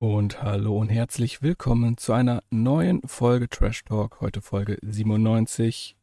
Und hallo und herzlich willkommen zu einer neuen Folge Trash Talk. Heute Folge 97.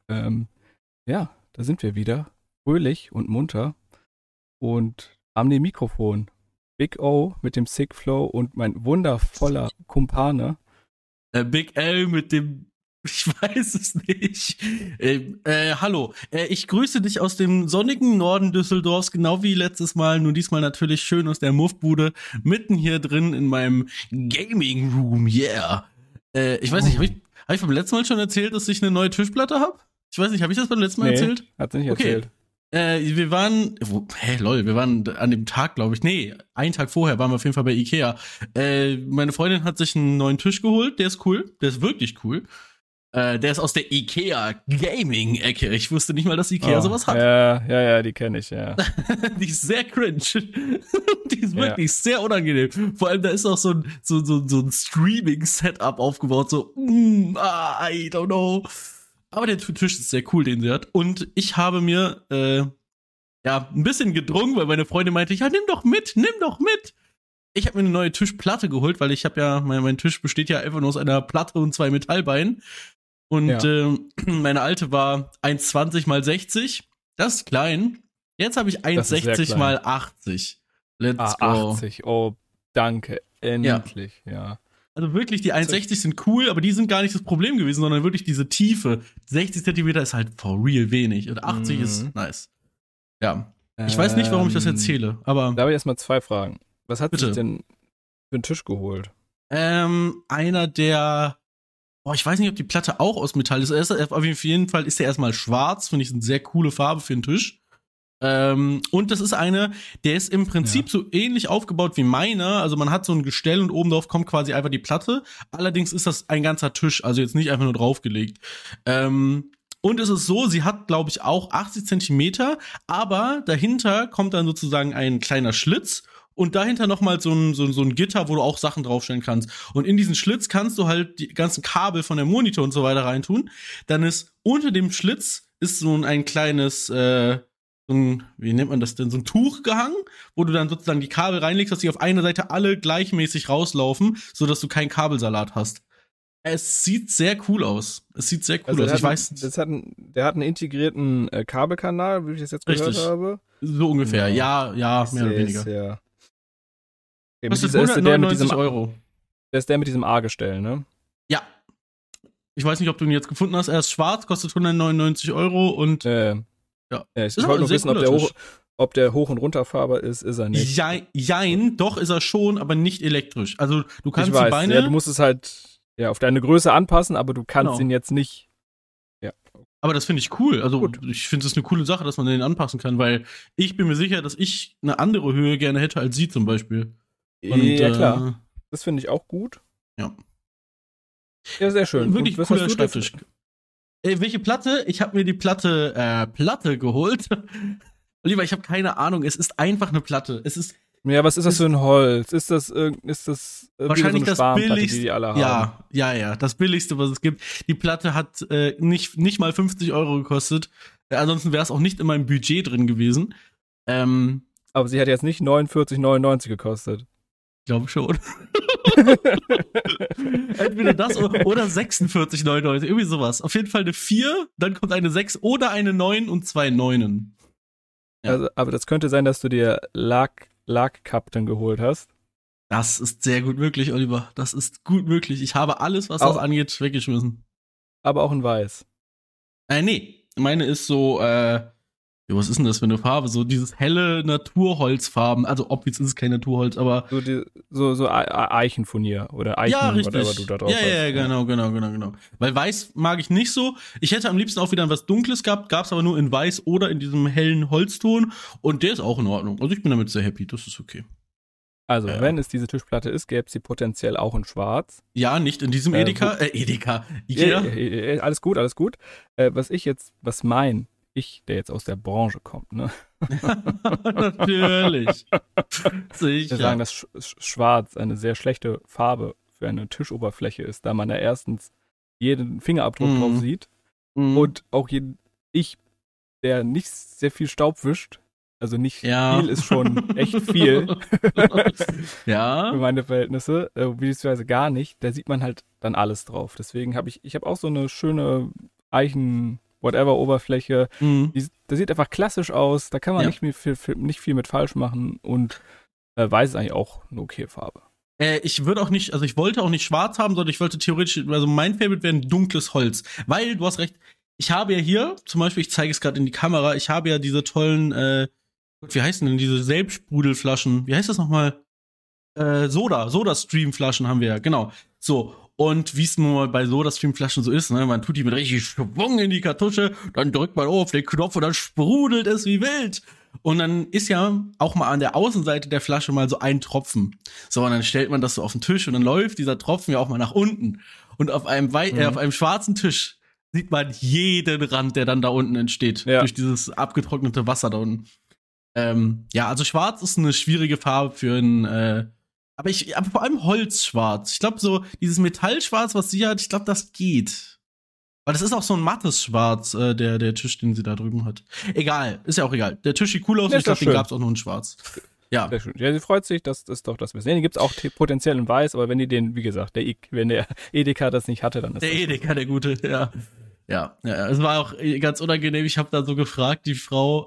Da sind wir wieder. Fröhlich und munter. Und am dem Mikrofon Big O mit dem Sick Flow und mein wundervoller Kumpane. Big L mit dem, ich weiß es nicht. Hallo, ich grüße dich aus dem sonnigen Norden Düsseldorfs, genau wie letztes Mal, nur diesmal natürlich schön aus der Muffbude, mitten hier drin in meinem Gaming Room, yeah. Ich weiß nicht, hab ich beim letzten Mal schon erzählt, dass ich eine neue Tischplatte habe? Ich weiß nicht, habe ich das beim letzten Mal erzählt? Hat sie nicht Okay. erzählt. Wir waren, wir waren an dem Tag, glaube ich, einen Tag vorher waren wir auf jeden Fall bei Ikea. Meine Freundin hat sich einen neuen Tisch geholt, der ist cool, der ist wirklich cool. Der ist aus der Ikea Gaming-Ecke. Ich wusste nicht mal, dass Ikea sowas hat. Ja, die kenne ich, ja. Die ist sehr cringe. Die ist wirklich sehr unangenehm. Vor allem, da ist auch so ein Streaming-Setup aufgebaut. I don't know. Aber der Tisch ist sehr cool, den sie hat. Und ich habe mir, ein bisschen gedrungen, weil meine Freundin meinte, ja, nimm doch mit. Ich habe mir eine neue Tischplatte geholt, weil ich habe ja, mein Tisch besteht ja einfach nur aus einer Platte und 2 Metallbeinen. Und meine alte war 1,20 mal 60. Das ist klein. Jetzt habe ich 1,60 mal 80. Let's go. 80, oh, danke. Endlich, ja. Also wirklich, die 1,60 sind cool, aber die sind gar nicht das Problem gewesen, sondern wirklich diese Tiefe. 60 Zentimeter ist halt for real wenig und 80 ist nice. Ja. Ich weiß nicht, warum ich das erzähle, aber. Da habe ich erstmal 2 Fragen. Was hat Bitte. sich denn für einen Tisch geholt? Einer der. Ich weiß nicht, ob die Platte auch aus Metall ist. Auf jeden Fall ist der erstmal schwarz. Finde ich eine sehr coole Farbe für einen Tisch. Und das ist der ist im Prinzip so ähnlich aufgebaut wie meiner. Also man hat so ein Gestell und oben drauf kommt quasi einfach die Platte. Allerdings ist das ein ganzer Tisch, also jetzt nicht einfach nur draufgelegt. Und es ist so, sie hat, glaube ich, auch 80 Zentimeter, aber dahinter kommt dann sozusagen ein kleiner Schlitz. Und dahinter nochmal so ein Gitter, wo du auch Sachen draufstellen kannst. Und in diesen Schlitz kannst du halt die ganzen Kabel von der Monitor und so weiter reintun. Dann ist unter dem Schlitz ist so ein kleines, wie nennt man das denn, so ein Tuch gehangen, wo du dann sozusagen die Kabel reinlegst, dass die auf einer Seite alle gleichmäßig rauslaufen, sodass du keinen Kabelsalat hast. Es sieht sehr cool aus. Also der hat einen integrierten Kabelkanal, wie ich das jetzt gehört habe. So ungefähr, ja, mehr oder weniger. Ja. Okay, das ist 199 Euro. Der ist der mit diesem A-Gestell, ne? Ja. Ich weiß nicht, ob du ihn jetzt gefunden hast. Er ist schwarz, kostet 199 Euro und ich wollte nur wissen, ob der hoch- und runterfahrbar ist er nicht. Jein, doch ist er schon, aber nicht elektrisch. Also du kannst die Beine. Ja, du musst es halt auf deine Größe anpassen, aber du kannst ihn jetzt nicht. Ja. Aber das finde ich cool. Also ich finde es eine coole Sache, dass man den anpassen kann, weil ich bin mir sicher, dass ich eine andere Höhe gerne hätte als sie zum Beispiel. Und, ja, klar. Das finde ich auch gut. Ja. Ja, sehr schön. Wirklich cooler Schreibtisch. Welche Platte? Ich habe mir die Platte geholt. Oliver, ich habe keine Ahnung. Es ist einfach eine Platte. Ja, was ist das für ein Holz? Ist das wahrscheinlich so das billigste, die alle haben? Ja, das billigste, was es gibt. Die Platte hat nicht mal 50 Euro gekostet. Ansonsten wäre es auch nicht in meinem Budget drin gewesen. Aber sie hat jetzt nicht 49,99 gekostet. Ich glaube schon. Entweder das oder 46,99, irgendwie sowas. Auf jeden Fall eine 4, dann kommt eine 6 oder eine 9 und 2 Neunen. Ja. Also, aber das könnte sein, dass du dir Lark Captain geholt hast. Das ist sehr gut möglich, Oliver. Das ist gut möglich. Ich habe alles, was das angeht, weggeschmissen. Aber auch in weiß. Nee. Meine ist so, was ist denn das für eine Farbe? So dieses helle Naturholzfarben. Also obviously ist es kein Naturholz, aber so Eichenfurnier oder Eichen, ja, richtig. Whatever du da drauf hast. Ja, genau. Weil weiß mag ich nicht so. Ich hätte am liebsten auch wieder was Dunkles gehabt, gab's aber nur in weiß oder in diesem hellen Holzton und der ist auch in Ordnung. Also ich bin damit sehr happy, das ist okay. Also, wenn es diese Tischplatte ist, gäbe es sie potenziell auch in schwarz. Ja, nicht in diesem Ikea. Alles gut. Ich, der jetzt aus der Branche kommt, ne? Natürlich. Sicher. Wir sagen, dass Schwarz eine sehr schlechte Farbe für eine Tischoberfläche ist, da man da erstens jeden Fingerabdruck drauf sieht und auch ich, der nicht sehr viel Staub wischt, Also nicht Ja. viel ist schon echt viel Ja. für meine Verhältnisse, beziehungsweise gar nicht. Da sieht man halt dann alles drauf. Deswegen habe ich auch so eine schöne Eichen-Whatever-Oberfläche. Mhm. Das sieht einfach klassisch aus. Da kann man Ja. nicht viel mit falsch machen. Und weiß ist eigentlich auch eine okay Farbe. Ich wollte auch nicht schwarz haben, sondern ich wollte theoretisch, also mein Favorite wäre ein dunkles Holz. Weil, du hast recht, ich habe ja hier, zum Beispiel, ich zeige es gerade in die Kamera, ich habe ja diese tollen, wie heißen denn diese Selbstsprudelflaschen? Wie heißt das nochmal? Soda-Stream-Flaschen haben wir ja, genau. So, und wie es nun mal bei Soda-Stream-Flaschen so ist, ne, man tut die mit richtig Schwung in die Kartusche, dann drückt man auf den Knopf und dann sprudelt es wie wild. Und dann ist ja auch mal an der Außenseite der Flasche mal so ein Tropfen. So, und dann stellt man das so auf den Tisch und dann läuft dieser Tropfen ja auch mal nach unten. Und auf einem schwarzen Tisch sieht man jeden Rand, der dann da unten entsteht. Ja. Durch dieses abgetrocknete Wasser da unten. Ja, also schwarz ist eine schwierige Farbe für ein, aber vor allem Holzschwarz. Ich glaube, so dieses Metallschwarz, was sie hat, ich glaube, das geht. Weil das ist auch so ein mattes Schwarz, der Tisch, den sie da drüben hat. Egal, ist ja auch egal. Der Tisch sieht cool aus, Ja, und ich ist doch glaube, den schön. gab's auch nur in schwarz. Ja. Sehr schön. Ja, sie freut sich, das ist doch das Wissen. Den gibt's auch potenziell in weiß, aber wenn die den, wie gesagt, wenn der Edeka das nicht hatte, dann ist Der das Edeka, der Gute, ja. Ja, es war auch ganz unangenehm. Ich habe da so gefragt, die Frau,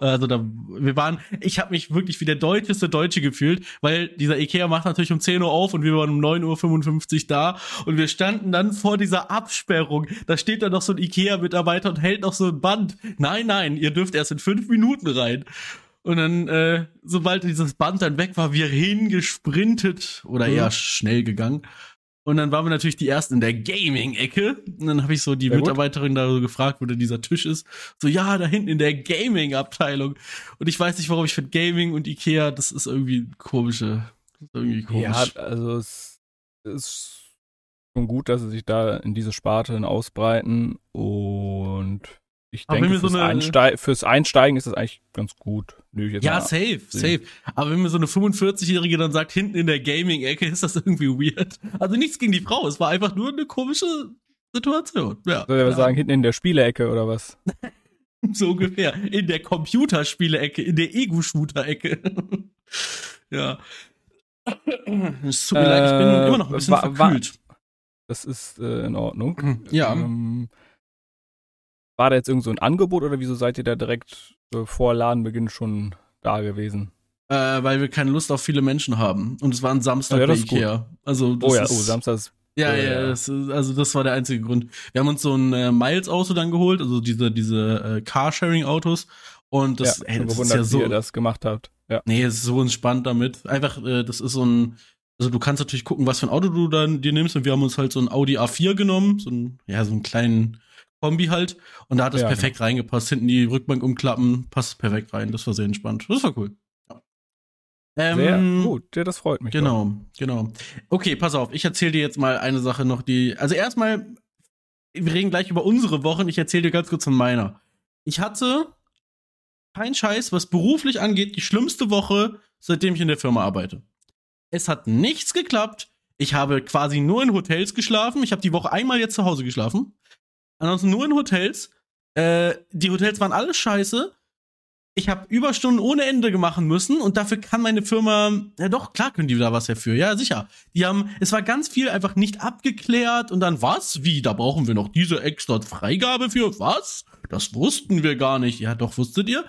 ich habe mich wirklich wie der deutscheste Deutsche gefühlt, weil dieser Ikea macht natürlich um 10 Uhr auf und wir waren um 9:55 Uhr da und wir standen dann vor dieser Absperrung. Da steht dann noch so ein Ikea-Mitarbeiter und hält noch so ein Band. Nein, ihr dürft erst in 5 Minuten rein. Und dann, sobald dieses Band dann weg war, wir hingesprintet oder eher schnell gegangen. Und dann waren wir natürlich die Ersten in der Gaming-Ecke. Und dann habe ich so die Mitarbeiterin da so gefragt, wo denn dieser Tisch ist. So, ja, da hinten in der Gaming-Abteilung. Und ich weiß nicht, warum ich finde Gaming und Ikea, das ist irgendwie komisch. Ja, also es ist schon gut, dass sie sich da in diese Sparte ausbreiten. Und ich Aber denke, wenn wir fürs Einsteigen ist das eigentlich ganz gut. Ja, safe. Aber wenn mir so eine 45-Jährige dann sagt, hinten in der Gaming-Ecke, ist das irgendwie weird. Also nichts gegen die Frau, es war einfach nur eine komische Situation. Ja. Soll ich sagen, hinten in der Spielecke oder was? So ungefähr. In der Computerspiele-Ecke, in der Ego-Shooter-Ecke. Ja. Es tut mir leid, ich bin immer noch ein bisschen verkühlt. Das ist in Ordnung. Ja. War da jetzt irgend so ein Angebot oder wieso seid ihr da direkt vor Ladenbeginn schon da gewesen? Weil wir keine Lust auf viele Menschen haben. Und es war ein Samstag bei Ikea. Also Samstag ist das war der einzige Grund. Wir haben uns so ein Miles-Auto dann geholt, also diese Carsharing-Autos. Und das ist ja so, wie ihr das gemacht habt. Ja. Nee, es ist so entspannt damit. Einfach, das ist so ein, also du kannst natürlich gucken, was für ein Auto du dann dir nimmst. Und wir haben uns halt so ein Audi A4 genommen, so einen kleinen Kombi halt. Und da hat es perfekt reingepasst. Hinten die Rückbank umklappen, passt perfekt rein. Das war sehr entspannt. Das war cool. Ja. Sehr gut, ja, das freut mich. Genau. Okay, pass auf, ich erzähle dir jetzt mal eine Sache noch, also erstmal, wir reden gleich über unsere Wochen, ich erzähle dir ganz kurz von meiner. Ich hatte, kein Scheiß, was beruflich angeht, die schlimmste Woche, seitdem ich in der Firma arbeite. Es hat nichts geklappt, ich habe quasi nur in Hotels geschlafen, ich habe die Woche einmal jetzt zu Hause geschlafen, ansonsten nur in Hotels, die Hotels waren alles scheiße. Ich habe Überstunden ohne Ende machen müssen und dafür kann meine Firma, ja doch, klar können die da was dafür, ja sicher. Es war ganz viel einfach nicht abgeklärt und dann was? Wie, da brauchen wir noch diese extra Freigabe für? Was? Das wussten wir gar nicht. Ja doch, wusstet ihr?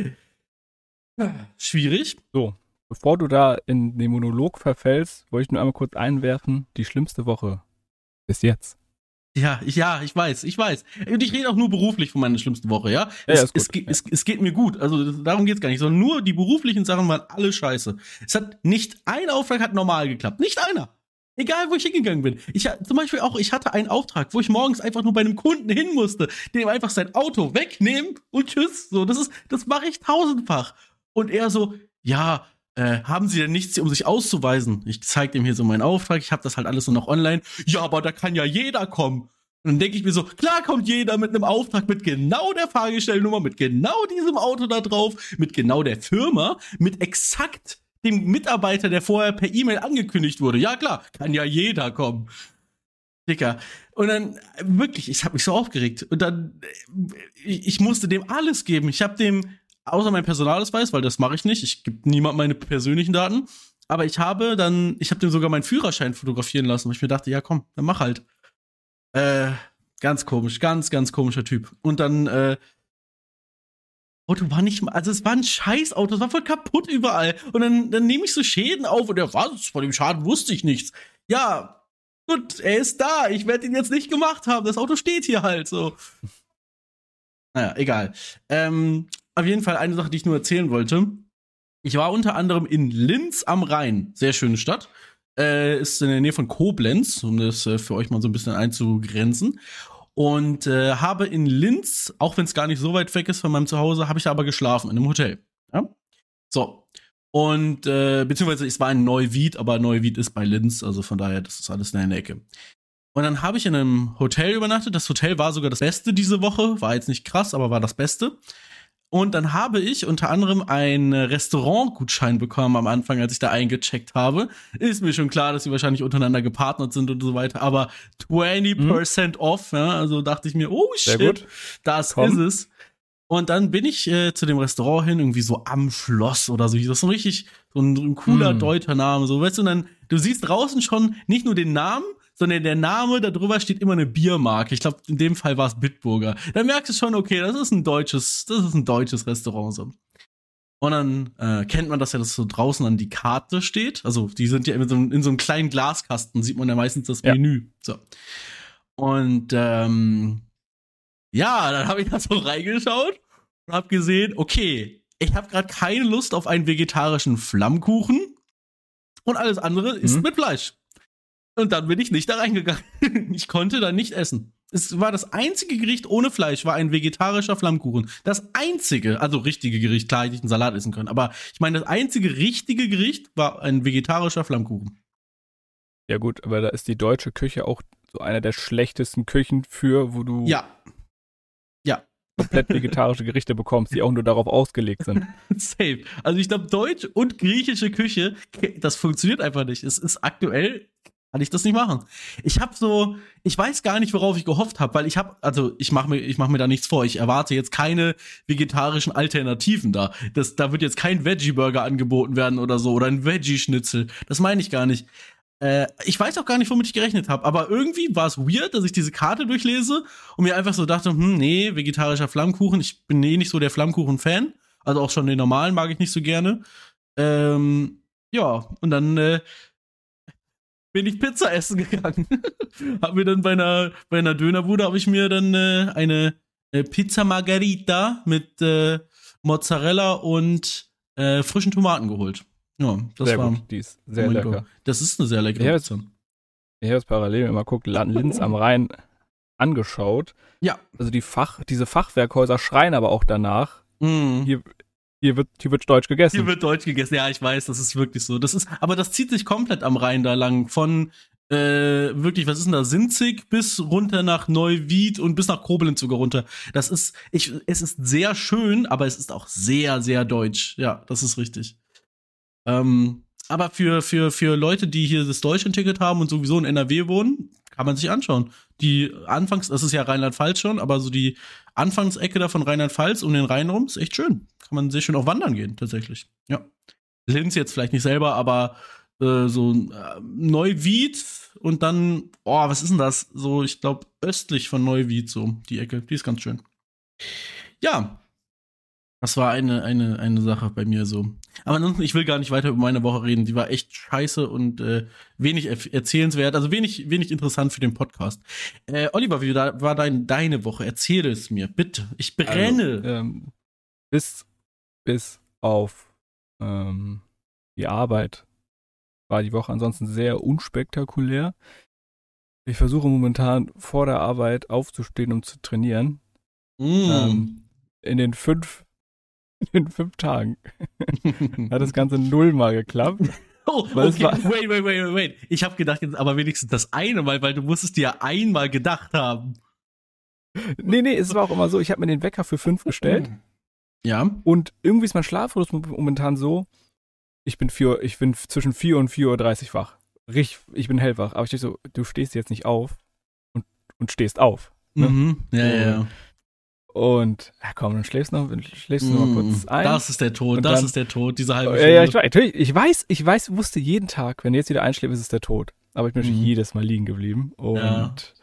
Schwierig. So, bevor du da in den Monolog verfällst, wollte ich nur einmal kurz einwerfen, die schlimmste Woche bis jetzt. Ja, ich weiß. Und ich rede auch nur beruflich von meiner schlimmsten Woche, ja? Es geht mir gut, also darum geht's gar nicht, sondern nur die beruflichen Sachen waren alle scheiße. Es hat nicht ein Auftrag hat normal geklappt, nicht einer. Egal, wo ich hingegangen bin. Zum Beispiel auch, ich hatte einen Auftrag, wo ich morgens einfach nur bei einem Kunden hin musste, dem einfach sein Auto wegnehmen und tschüss. So, das mache ich tausendfach. Und er so, ja, haben Sie denn nichts, um sich auszuweisen? Ich zeig dem hier so meinen Auftrag, ich habe das halt alles nur noch online. Ja, aber da kann ja jeder kommen. Und dann denke ich mir so, klar kommt jeder mit einem Auftrag, mit genau der Fahrgestellnummer, mit genau diesem Auto da drauf, mit genau der Firma, mit exakt dem Mitarbeiter, der vorher per E-Mail angekündigt wurde. Ja klar, kann ja jeder kommen. Dicker. Und dann, wirklich, ich habe mich so aufgeregt. Und dann, ich musste dem alles geben. Ich habe dem außer mein Personalausweis, weil das mache ich nicht. Ich gebe niemandem meine persönlichen Daten. Aber ich habe dem sogar meinen Führerschein fotografieren lassen, weil ich mir dachte, ja komm, dann mach halt. Ganz komisch, ganz, ganz komischer Typ. Und dann, Auto war nicht mal, also es war ein Scheißauto, es war voll kaputt überall. Und dann nehme ich so Schäden auf und der, was, von dem Schaden wusste ich nichts. Ja, gut, er ist da, ich werde ihn jetzt nicht gemacht haben, das Auto steht hier halt so. Naja, egal. Auf jeden Fall eine Sache, die ich nur erzählen wollte. Ich war unter anderem in Linz am Rhein, sehr schöne Stadt. Ist in der Nähe von Koblenz, um das für euch mal so ein bisschen einzugrenzen. Und habe in Linz, auch wenn es gar nicht so weit weg ist von meinem Zuhause, habe ich aber geschlafen in einem Hotel. Ja? So. Und beziehungsweise es war in Neuwied, aber Neuwied ist bei Linz, also von daher, das ist alles in der Ecke. Und dann habe ich in einem Hotel übernachtet. Das Hotel war sogar das Beste diese Woche. War jetzt nicht krass, aber war das Beste. Und dann habe ich unter anderem einen Restaurantgutschein bekommen am Anfang, als ich da eingecheckt habe. Ist mir schon klar, dass sie wahrscheinlich untereinander gepartnert sind und so weiter. Aber 20% off, ja, also dachte ich mir, oh shit, das ist es. Und dann bin ich zu dem Restaurant hin, irgendwie so am Schloss oder so. Das ist so richtig, so ein cooler deutscher Name, so, weißt du, und dann, du siehst draußen schon nicht nur den Namen, sondern der Name, da drüber steht immer eine Biermarke. Ich glaube, in dem Fall war es Bitburger. Da merkst du schon, okay, das ist ein deutsches Restaurant, so. Und dann kennt man das ja, dass so draußen an die Karte steht. Also, die sind ja in so einem kleinen Glaskasten, sieht man ja meistens das Menü. So. Und, dann habe ich da so reingeschaut und habe gesehen, okay, ich habe gerade keine Lust auf einen vegetarischen Flammkuchen und alles andere ist mit Fleisch. Und dann bin ich nicht da reingegangen. Ich konnte da nicht essen. Es war das einzige Gericht ohne Fleisch, war ein vegetarischer Flammkuchen. Das einzige, also richtige Gericht, klar hätte ich einen Salat essen können, aber ich meine, das einzige richtige Gericht war ein vegetarischer Flammkuchen. Ja gut, aber da ist die deutsche Küche auch so einer der schlechtesten Küchen wo du komplett vegetarische Gerichte bekommst, die auch nur darauf ausgelegt sind. Safe. Also ich glaube, deutsche und griechische Küche, das funktioniert einfach nicht. Es ist aktuell, kann ich das nicht machen. Ich weiß gar nicht, worauf ich gehofft habe, weil ich mache mir da nichts vor. Ich erwarte jetzt keine vegetarischen Alternativen da. Da wird jetzt kein Veggie-Burger angeboten werden oder so, oder ein Veggie-Schnitzel. Das meine ich gar nicht. Ich weiß auch gar nicht, womit ich gerechnet habe, aber irgendwie war es weird, dass ich diese Karte durchlese und mir einfach so dachte, nee, vegetarischer Flammkuchen, ich bin nicht so der Flammkuchen-Fan, also auch schon den normalen mag ich nicht so gerne. Und dann bin ich Pizza essen gegangen. Hab mir dann bei einer Dönerbude habe ich mir dann eine Pizza Margherita mit Mozzarella und frischen Tomaten geholt. Ja, das sehr war gut. Die ist sehr lecker. Das ist eine sehr leckere Pizza. Ich habe jetzt parallel immer geguckt, Linz am Rhein angeschaut. Ja. Also diese Fachwerkhäuser schreien aber auch danach. Hier wird Deutsch gegessen. Hier wird Deutsch gegessen, ja, ich weiß, das ist wirklich so. Aber das zieht sich komplett am Rhein da lang. Von wirklich, was ist denn da, Sinzig bis runter nach Neuwied und bis nach Koblenz sogar runter. Es ist sehr schön, aber es ist auch sehr, sehr deutsch. Ja, das ist richtig. Aber für Leute, die hier das Deutschland-Ticket haben und sowieso in NRW wohnen, kann man sich anschauen. Das ist ja Rheinland-Pfalz schon, aber so die Anfangsecke da von Rheinland-Pfalz um den Rhein rum ist echt schön. Kann man sehr schön auch wandern gehen, tatsächlich. Ja. Linz jetzt vielleicht nicht selber, aber Neuwied und dann, was ist denn das? So, ich glaube, östlich von Neuwied, so die Ecke, die ist ganz schön. Ja. Das war eine Sache bei mir so. Aber ansonsten, ich will gar nicht weiter über meine Woche reden. Die war echt scheiße und wenig erzählenswert, also wenig interessant für den Podcast. Oliver, wie war deine Woche? Erzähle es mir, bitte. Ich brenne. Also, bis auf die Arbeit war die Woche ansonsten sehr unspektakulär. Ich versuche momentan vor der Arbeit aufzustehen, um zu trainieren. In den 5 Tagen hat das Ganze 0 Mal geklappt. Oh, okay. Wait. Ich habe gedacht, jetzt aber wenigstens das eine Mal, weil du musstest dir ja einmal gedacht haben. Nee, es war auch immer so, ich habe mir den Wecker für 5 gestellt. Ja. Und irgendwie ist mein Schlafrhythmus momentan so, ich bin zwischen 4 und 4:30 Uhr wach. Ich bin hellwach, aber ich denke so, du stehst jetzt nicht auf und stehst auf. Ne? Ja. Und, ja komm, dann schläfst du noch mal kurz ein. Das ist der Tod, diese halbe Stunde. Ja, ich weiß, wusste jeden Tag, wenn du jetzt wieder einschläfst, ist es der Tod. Aber ich bin natürlich jedes Mal liegen geblieben. Und,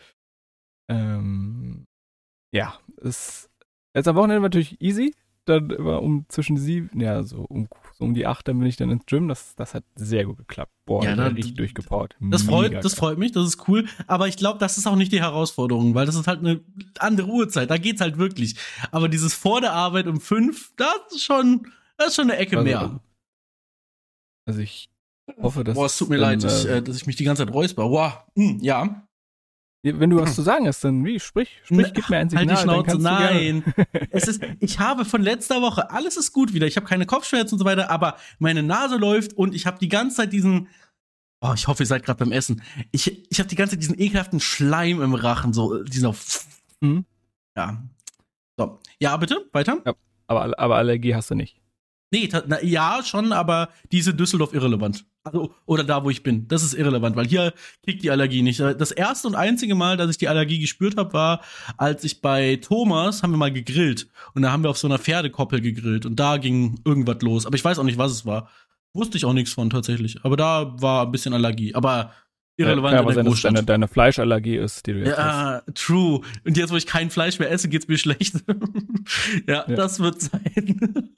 ja, jetzt am Wochenende natürlich easy. Dann immer um die 8, dann bin ich dann ins Gym. Das hat sehr gut geklappt. Boah, ja, richtig durchgepowert. Das freut mich, das ist cool. Aber ich glaube, das ist auch nicht die Herausforderung, weil das ist halt eine andere Uhrzeit. Da geht's halt wirklich. Aber dieses vor der Arbeit um 5, das ist schon eine Ecke mehr. Also ich hoffe, dass. Boah, es tut mir leid, dass ich mich die ganze Zeit räusper. Wow, ja. Wenn du was zu sagen hast, dann sprich, gib mir ein Signal. Halt die Schnauze, nein. Ich habe von letzter Woche, alles ist gut wieder. Ich habe keine Kopfschmerzen und so weiter, aber meine Nase läuft und ich habe die ganze Zeit diesen, ich hoffe, ihr seid gerade beim Essen. Ich habe die ganze Zeit diesen ekelhaften Schleim im Rachen, so dieser. Ja. So. Ja, bitte, weiter. Ja, aber Allergie hast du nicht. Nee, ja, schon, aber die ist in Düsseldorf irrelevant. Also, oder da, wo ich bin. Das ist irrelevant, weil hier kriegt die Allergie nicht. Das erste und einzige Mal, dass ich die Allergie gespürt habe, war, als ich bei Thomas, haben wir mal gegrillt. Und da haben wir auf so einer Pferdekoppel gegrillt. Und da ging irgendwas los. Aber ich weiß auch nicht, was es war. Wusste ich auch nichts von, tatsächlich. Aber da war ein bisschen Allergie. Aber irrelevant in der Großstadt. Dass deine Fleischallergie ist, die du jetzt hast. Ja, true. Und jetzt, wo ich kein Fleisch mehr esse, geht's mir schlecht. ja, das wird sein.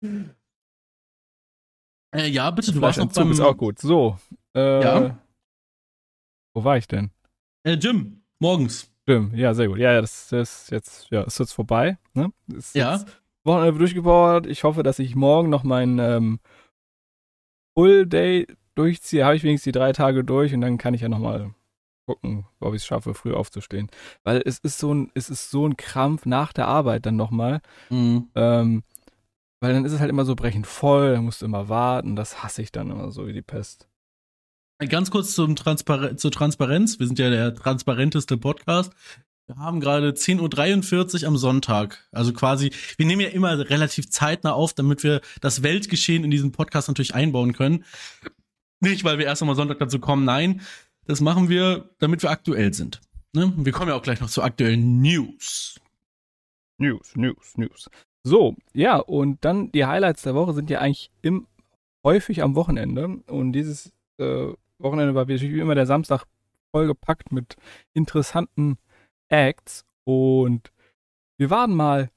Ja, bitte, du warst noch beim... ist auch gut. So. Ja? Wo war ich denn? Gym, morgens. Gym, ja, sehr gut. Ja, das ist jetzt vorbei. Ne? Ja. Wochenende durchgepowert. Ich hoffe, dass ich morgen noch meinen Full Day durchziehe. Habe ich wenigstens die 3 Tage durch und dann kann ich ja nochmal gucken, ob ich es schaffe, früh aufzustehen. Weil es ist so ein Krampf nach der Arbeit dann nochmal. Weil dann ist es halt immer so brechend voll, dann musst du immer warten, das hasse ich dann immer so wie die Pest. Ganz kurz zur Transparenz, wir sind ja der transparenteste Podcast. Wir haben gerade 10:43 Uhr am Sonntag. Also quasi, wir nehmen ja immer relativ zeitnah auf, damit wir das Weltgeschehen in diesen Podcast natürlich einbauen können. Nicht, weil wir erst einmal Sonntag dazu kommen, nein, das machen wir, damit wir aktuell sind. Ne? Wir kommen ja auch gleich noch zu aktuellen News. News. So, ja, und dann die Highlights der Woche sind ja eigentlich häufig am Wochenende. Und dieses Wochenende war wie immer der Samstag vollgepackt mit interessanten Acts. Und wir waren mal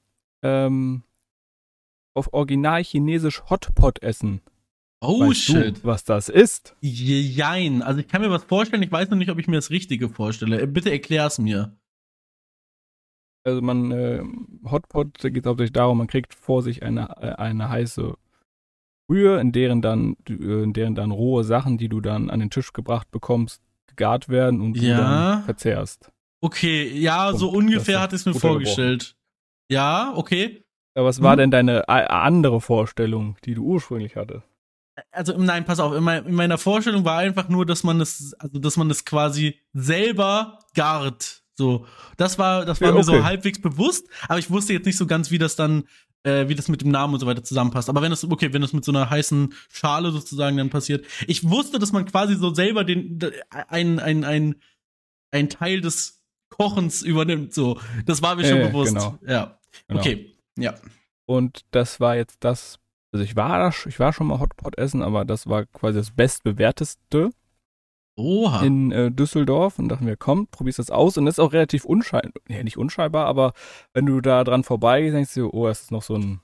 auf original chinesisch Hotpot essen. Oh, weißt shit. Du, was das ist? Jein. Also ich kann mir was vorstellen, ich weiß noch nicht, ob ich mir das Richtige vorstelle. Bitte erklär's mir. Also Hotpot, da geht es hauptsächlich darum, man kriegt vor sich eine heiße Brühe, in deren dann rohe Sachen, die du dann an den Tisch gebracht bekommst, gegart werden und du dann verzehrst. Okay, ja, so ungefähr hatte ich es mir vorgestellt. Ja, okay. Aber was war denn deine andere Vorstellung, die du ursprünglich hattest? Also, nein, pass auf, in meiner Vorstellung war einfach nur, dass man das quasi selber gart. So, das war mir so halbwegs bewusst, aber ich wusste jetzt nicht so ganz, wie das mit dem Namen und so weiter zusammenpasst. Aber wenn das mit so einer heißen Schale sozusagen dann passiert. Ich wusste, dass man quasi so selber ein Teil des Kochens übernimmt, so. Das war mir schon bewusst. Genau. Ja. Genau. Okay, ja. Und das war jetzt das, also ich war schon mal Hotpot essen, aber das war quasi das bestbewerteste. Oha. In Düsseldorf und dachten wir, komm, probierst das aus und das ist auch relativ nicht unscheinbar, aber wenn du da dran vorbeigehst, denkst du, es ist noch so ein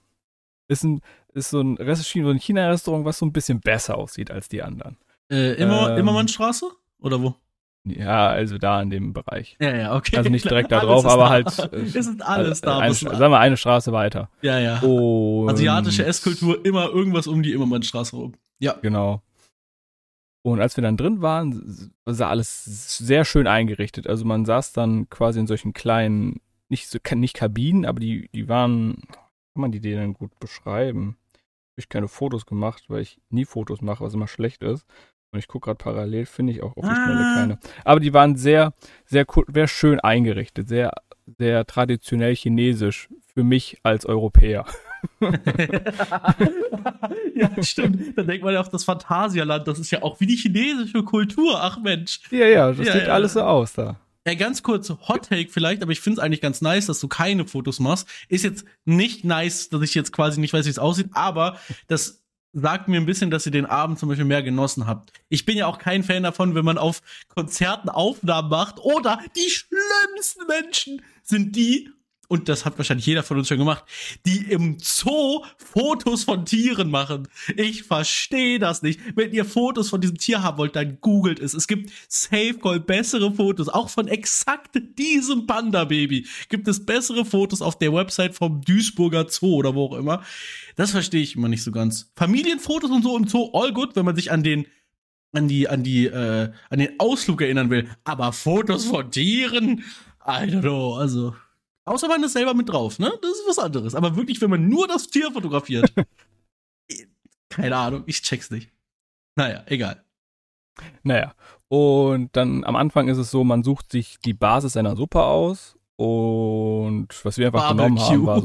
China-Restaurant, was so ein bisschen besser aussieht als die anderen. Immermannstraße? Oder wo? Ja, also da in dem Bereich. Ja, okay. Also nicht direkt da drauf, aber halt. Es ist alles da. Sagen wir eine Straße weiter. Ja. Und asiatische Esskultur, immer irgendwas um die Immermannstraße rum. Ja. Genau. Und als wir dann drin waren, war alles sehr schön eingerichtet. Also man saß dann quasi in solchen kleinen, nicht Kabinen, aber die waren, kann man die denn gut beschreiben? Habe ich keine Fotos gemacht, weil ich nie Fotos mache, was immer schlecht ist. Und ich gucke gerade parallel, finde ich auch auf die Schnelle keine. Aber die waren sehr, sehr cool, sehr schön eingerichtet, sehr, sehr traditionell chinesisch für mich als Europäer. Ja, stimmt. Da denkt man ja auch, das Phantasialand, das ist ja auch wie die chinesische Kultur. Ach Mensch. Ja, das sieht alles so aus da. Ganz kurz, Hot Take vielleicht, aber ich finde es eigentlich ganz nice, dass du keine Fotos machst. Ist jetzt nicht nice, dass ich jetzt quasi nicht weiß, wie es aussieht, aber das sagt mir ein bisschen, dass ihr den Abend zum Beispiel mehr genossen habt. Ich bin ja auch kein Fan davon, wenn man auf Konzerten Aufnahmen macht oder die schlimmsten Menschen sind die, und das hat wahrscheinlich jeder von uns schon gemacht, die im Zoo Fotos von Tieren machen. Ich verstehe das nicht. Wenn ihr Fotos von diesem Tier haben wollt, dann googelt es. Es gibt safe Gold bessere Fotos, auch von exakt diesem Panda-Baby. Gibt es bessere Fotos auf der Website vom Duisburger Zoo oder wo auch immer. Das verstehe ich immer nicht so ganz. Familienfotos und so im Zoo, all good, wenn man sich an den Ausflug erinnern will. Aber Fotos von Tieren, I don't know, also. Außer man ist selber mit drauf, ne? Das ist was anderes. Aber wirklich, wenn man nur das Tier fotografiert. Keine Ahnung, ich check's nicht. Naja, egal. Naja, und dann am Anfang ist es so, man sucht sich die Basis einer Suppe aus und was wir einfach genommen haben, war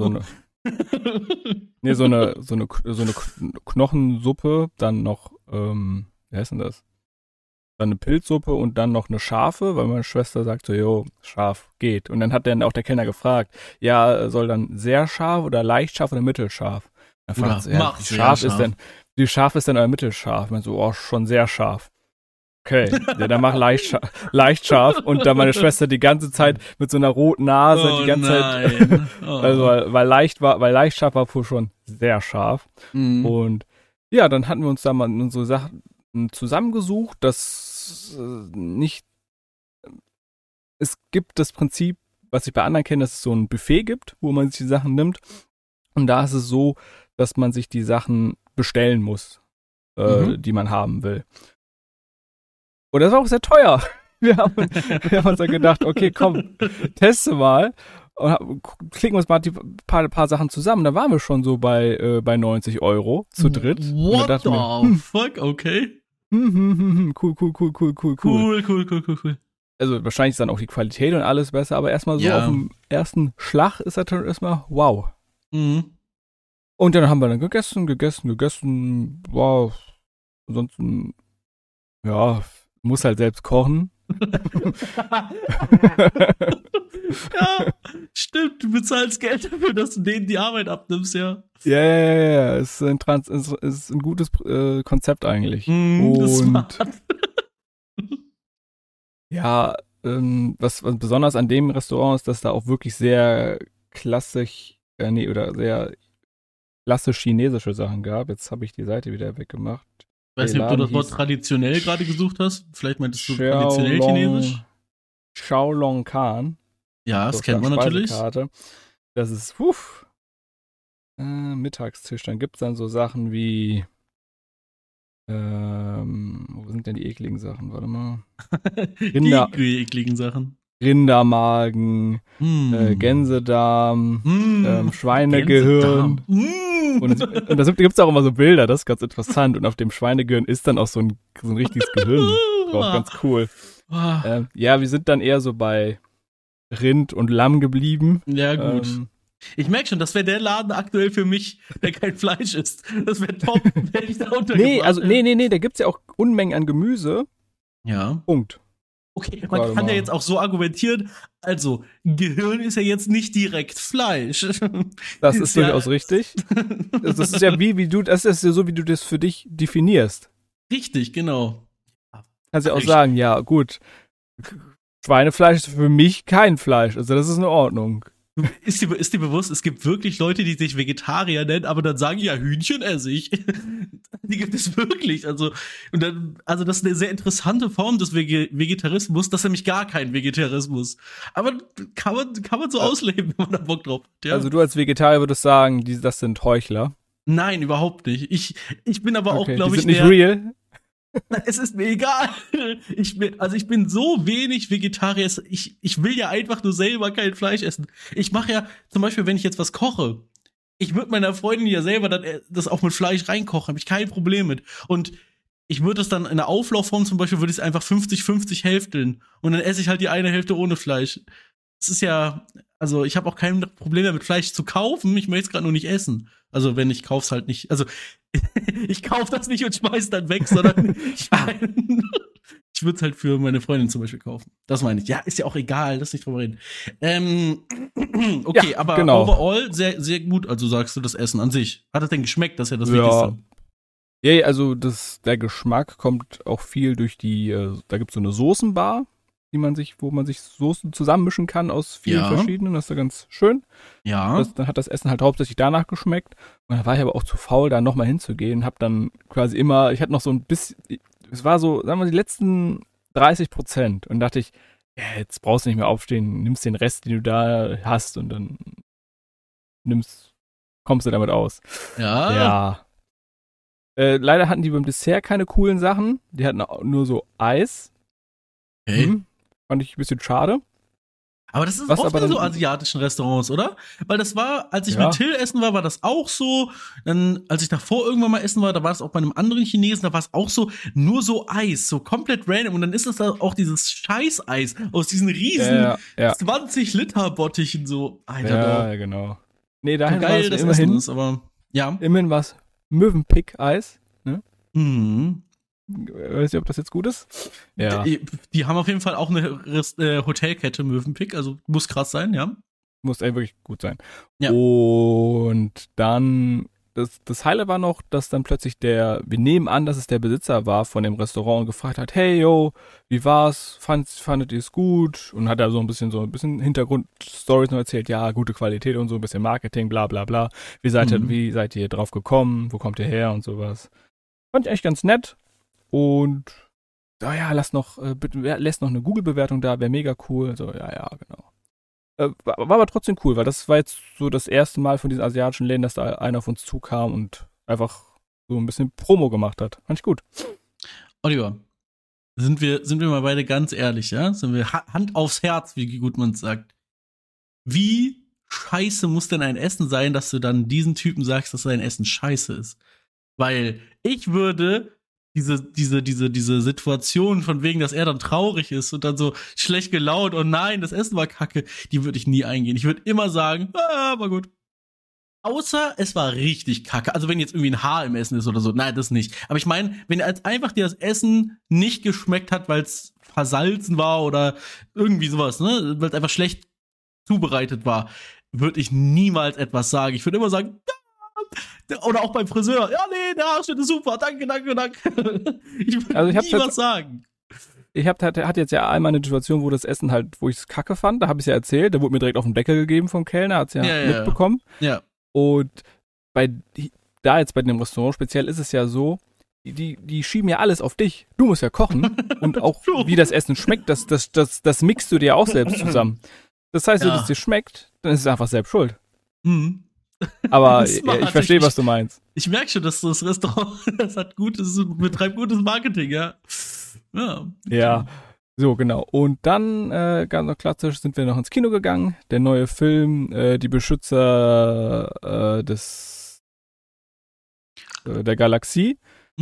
so eine Knochensuppe, dann noch, wie heißt denn das? Dann eine Pilzsuppe und dann noch eine Schafe, weil meine Schwester sagt so, jo, scharf geht. Und dann hat dann auch der Kellner gefragt, ja, soll dann sehr scharf oder leicht scharf oder mittelscharf? Dann fragt sie, ja, wie scharf ist denn euer mittelscharf? Man so, oh, schon sehr scharf. Okay, ja, dann mach leicht scharf. Und dann meine Schwester die ganze Zeit mit so einer roten Nase, die ganze Zeit, also weil leicht scharf war wohl schon sehr scharf. Mhm. Und ja, dann hatten wir uns da mal unsere Sachen zusammengesucht, dass es gibt das Prinzip, was ich bei anderen kenne, dass es so ein Buffet gibt, wo man sich die Sachen nimmt. Und da ist es so, dass man sich die Sachen bestellen muss, die man haben will. Und das war auch sehr teuer. Wir haben uns dann gedacht, okay, komm, teste mal und klicken uns mal die paar Sachen zusammen. Da waren wir schon so bei 90 € zu dritt. What the fuck, okay. Cool. Cool. Also wahrscheinlich ist dann auch die Qualität und alles besser, aber erstmal so auf dem ersten Schlag ist das dann erstmal wow. Mhm. Und dann haben wir dann gegessen, wow. Ansonsten, ja, muss halt selbst kochen. Ja, stimmt, du bezahlst Geld dafür, dass du denen die Arbeit abnimmst, ja. Ja, ist ein gutes Konzept eigentlich. Und ja, was besonders an dem Restaurant ist, dass da auch wirklich sehr klassisch chinesische Sachen gab. Jetzt habe ich die Seite wieder weggemacht. Ich weiß nicht, ob du das Wort traditionell gerade gesucht hast. Vielleicht meintest du traditionell chinesisch? Xiaolong Kan. Ja, das kennt man natürlich. Das ist, Mittagstisch. Dann gibt es dann so Sachen wie, wo sind denn die ekligen Sachen? Warte mal. Die ekligen Sachen. Rindermagen, Gänsedarm, Schweinegehirn. Und da gibt es auch immer so Bilder, das ist ganz interessant. Und auf dem Schweinegehirn ist dann auch so ein richtiges Gehirn drauf, ganz cool. Ja, wir sind dann eher so bei Rind und Lamm geblieben. Ja, gut. Ich merke schon, das wäre der Laden aktuell für mich, der kein Fleisch isst. Das wäre top, wenn ich da untergebracht. Nee, da gibt's ja auch Unmengen an Gemüse. Ja. Punkt. Okay, man kann ja jetzt auch so argumentieren, also, Gehirn ist ja jetzt nicht direkt Fleisch. Das ist durchaus richtig. Das ist ja das ist ja so, wie du das für dich definierst. Richtig, genau. Kannst ja auch sagen, ja, gut, Schweinefleisch ist für mich kein Fleisch, also das ist in Ordnung. Ist dir bewusst, es gibt wirklich Leute, die sich Vegetarier nennen, aber dann sagen, ja, Hühnchen esse ich. Die gibt es wirklich. Also das ist eine sehr interessante Form des Vegetarismus. Das ist nämlich gar kein Vegetarismus. Aber kann man so ausleben, wenn man da Bock drauf hat. Ja. Also du als Vegetarier würdest sagen, das sind Heuchler? Nein, überhaupt nicht. Ich bin aber auch, glaube ich, die sind nicht real? Es ist mir egal. Ich bin so wenig Vegetarier. Ich will ja einfach nur selber kein Fleisch essen. Ich mache ja, zum Beispiel, wenn ich jetzt was koche, ich würde meiner Freundin ja selber dann das auch mit Fleisch reinkochen. Habe ich kein Problem mit. Und ich würde es dann in der Auflaufform zum Beispiel, würde ich es einfach 50-50 hälfteln. Und dann esse ich halt die eine Hälfte ohne Fleisch. Es ist ja, also ich habe auch kein Problem damit, Fleisch zu kaufen. Ich möchte es gerade nur nicht essen. Also wenn ich kauf's halt nicht, also ich kaufe das nicht und schmeiß dann weg, sondern ich Ich würde es halt für meine Freundin zum Beispiel kaufen. Das meine ich. Ja, ist ja auch egal, lass nicht drüber reden. Okay, Ja, aber genau. overall sehr, sehr gut, also sagst du, das Essen an sich. Hat es denn geschmeckt? Das ist ja das Wichtigste. Ja, also der Geschmack kommt auch viel durch da gibt's so eine Soßenbar, wo man sich Soßen zusammenmischen kann aus vielen verschiedenen. Das ist ja ganz schön. Ja. Dann hat das Essen halt hauptsächlich danach geschmeckt. Und da war ich aber auch zu faul, da nochmal hinzugehen. Hab dann quasi ich hatte noch so ein bisschen, es war so, sagen wir, die letzten 30%. Und dachte ich, ja, jetzt brauchst du nicht mehr aufstehen, nimmst den Rest, den du da hast und dann kommst du damit aus. Ja. Leider hatten die beim Dessert keine coolen Sachen. Die hatten nur so Eis. Okay. Fand ich ein bisschen schade. Aber das ist oft in so asiatischen Restaurants, oder? Weil das war, als ich mit Till essen war das auch so. Dann, als ich davor irgendwann mal essen war, da war es auch bei einem anderen Chinesen, da war es auch so, nur so Eis, so komplett random. Und dann ist das da auch dieses Scheiß-Eis aus diesen riesen 20-Liter-Bottichen so. Alter, ja, genau. Nee, dahin so geil, war das immerhin Essen ist, aber ja. Immerhin war es Mövenpick-Eis, ne? Mhm. Weiß nicht, ob das jetzt gut ist. Ja. Die haben auf jeden Fall auch eine Hotelkette Mövenpick, also muss krass sein, ja. Muss wirklich gut sein. Ja. Und dann, das Heile war noch, dass dann plötzlich wir nehmen an, dass es der Besitzer war von dem Restaurant und gefragt hat, hey, yo, wie war's? Fandet ihr es gut? Und hat da so ein bisschen Hintergrundstories noch erzählt, ja, gute Qualität und so, ein bisschen Marketing, bla bla bla. Wie seid ihr drauf gekommen? Wo kommt ihr her und sowas? Fand ich echt ganz nett. Und lässt noch eine Google-Bewertung da, wäre mega cool. So, ja, genau. War aber trotzdem cool, weil das war jetzt so das erste Mal von diesen asiatischen Läden, dass da einer auf uns zukam und einfach so ein bisschen Promo gemacht hat. Fand ich gut. Oliver, sind wir mal beide ganz ehrlich, ja? Sind wir Hand aufs Herz, wie gut man es sagt. Wie scheiße muss denn ein Essen sein, dass du dann diesen Typen sagst, dass sein Essen scheiße ist? Weil ich würde diese Situation von wegen, dass er dann traurig ist und dann so schlecht gelaunt, oh nein, das Essen war kacke, die würde ich nie eingehen. Ich würde immer sagen, war gut. Außer es war richtig kacke. Also wenn jetzt irgendwie ein Haar im Essen ist oder so, nein, das nicht. Aber ich meine, wenn einfach dir das Essen nicht geschmeckt hat, weil es versalzen war oder irgendwie sowas, ne, weil es einfach schlecht zubereitet war, würde ich niemals etwas sagen. Ich würde immer sagen, oder auch beim Friseur. Ja, nee, der Haarschnitt ist super. Danke. Ich würde nie was sagen. Ich hatte jetzt ja einmal eine Situation, wo das Essen halt, wo ich es kacke fand. Da habe ich es ja erzählt. Da wurde mir direkt auf den Deckel gegeben vom Kellner. Hat es ja mitbekommen. Ja. Und jetzt bei dem Restaurant speziell ist es ja so, die schieben ja alles auf dich. Du musst ja kochen. Und auch wie das Essen schmeckt, das mixt du dir auch selbst zusammen. Das heißt, wenn es dir schmeckt, dann ist es einfach selbst schuld. Mhm. Aber ich verstehe, was du meinst. Ich merke schon, dass das Restaurant, betreibt gutes Marketing, ja. Ja, so genau. Und dann, ganz noch klassisch, sind wir noch ins Kino gegangen. Der neue Film, Die Beschützer der Galaxie.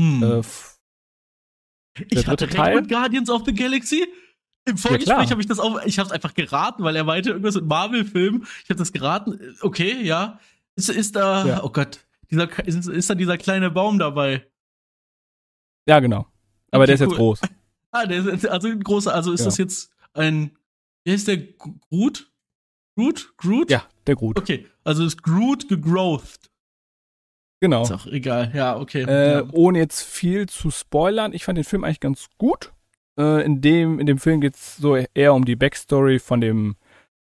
Ich hatte recht mit Guardians of the Galaxy. Im Vorgespräch habe ich habe es einfach geraten, weil er meinte irgendwas mit Marvel-Filmen. Ich habe das geraten. Okay, ja. Ist da, oh Gott, ist da dieser kleine Baum dabei? Ja, genau. Aber okay, der ist jetzt groß. Der ist jetzt, also ein großer, also ist das jetzt wie heißt der, Groot? Groot? Ja, der Groot. Okay, also ist Groot gegrowthed. Genau. Ist auch egal, ja, okay. Ohne jetzt viel zu spoilern, ich fand den Film eigentlich ganz gut. In dem Film geht es so eher um die Backstory von dem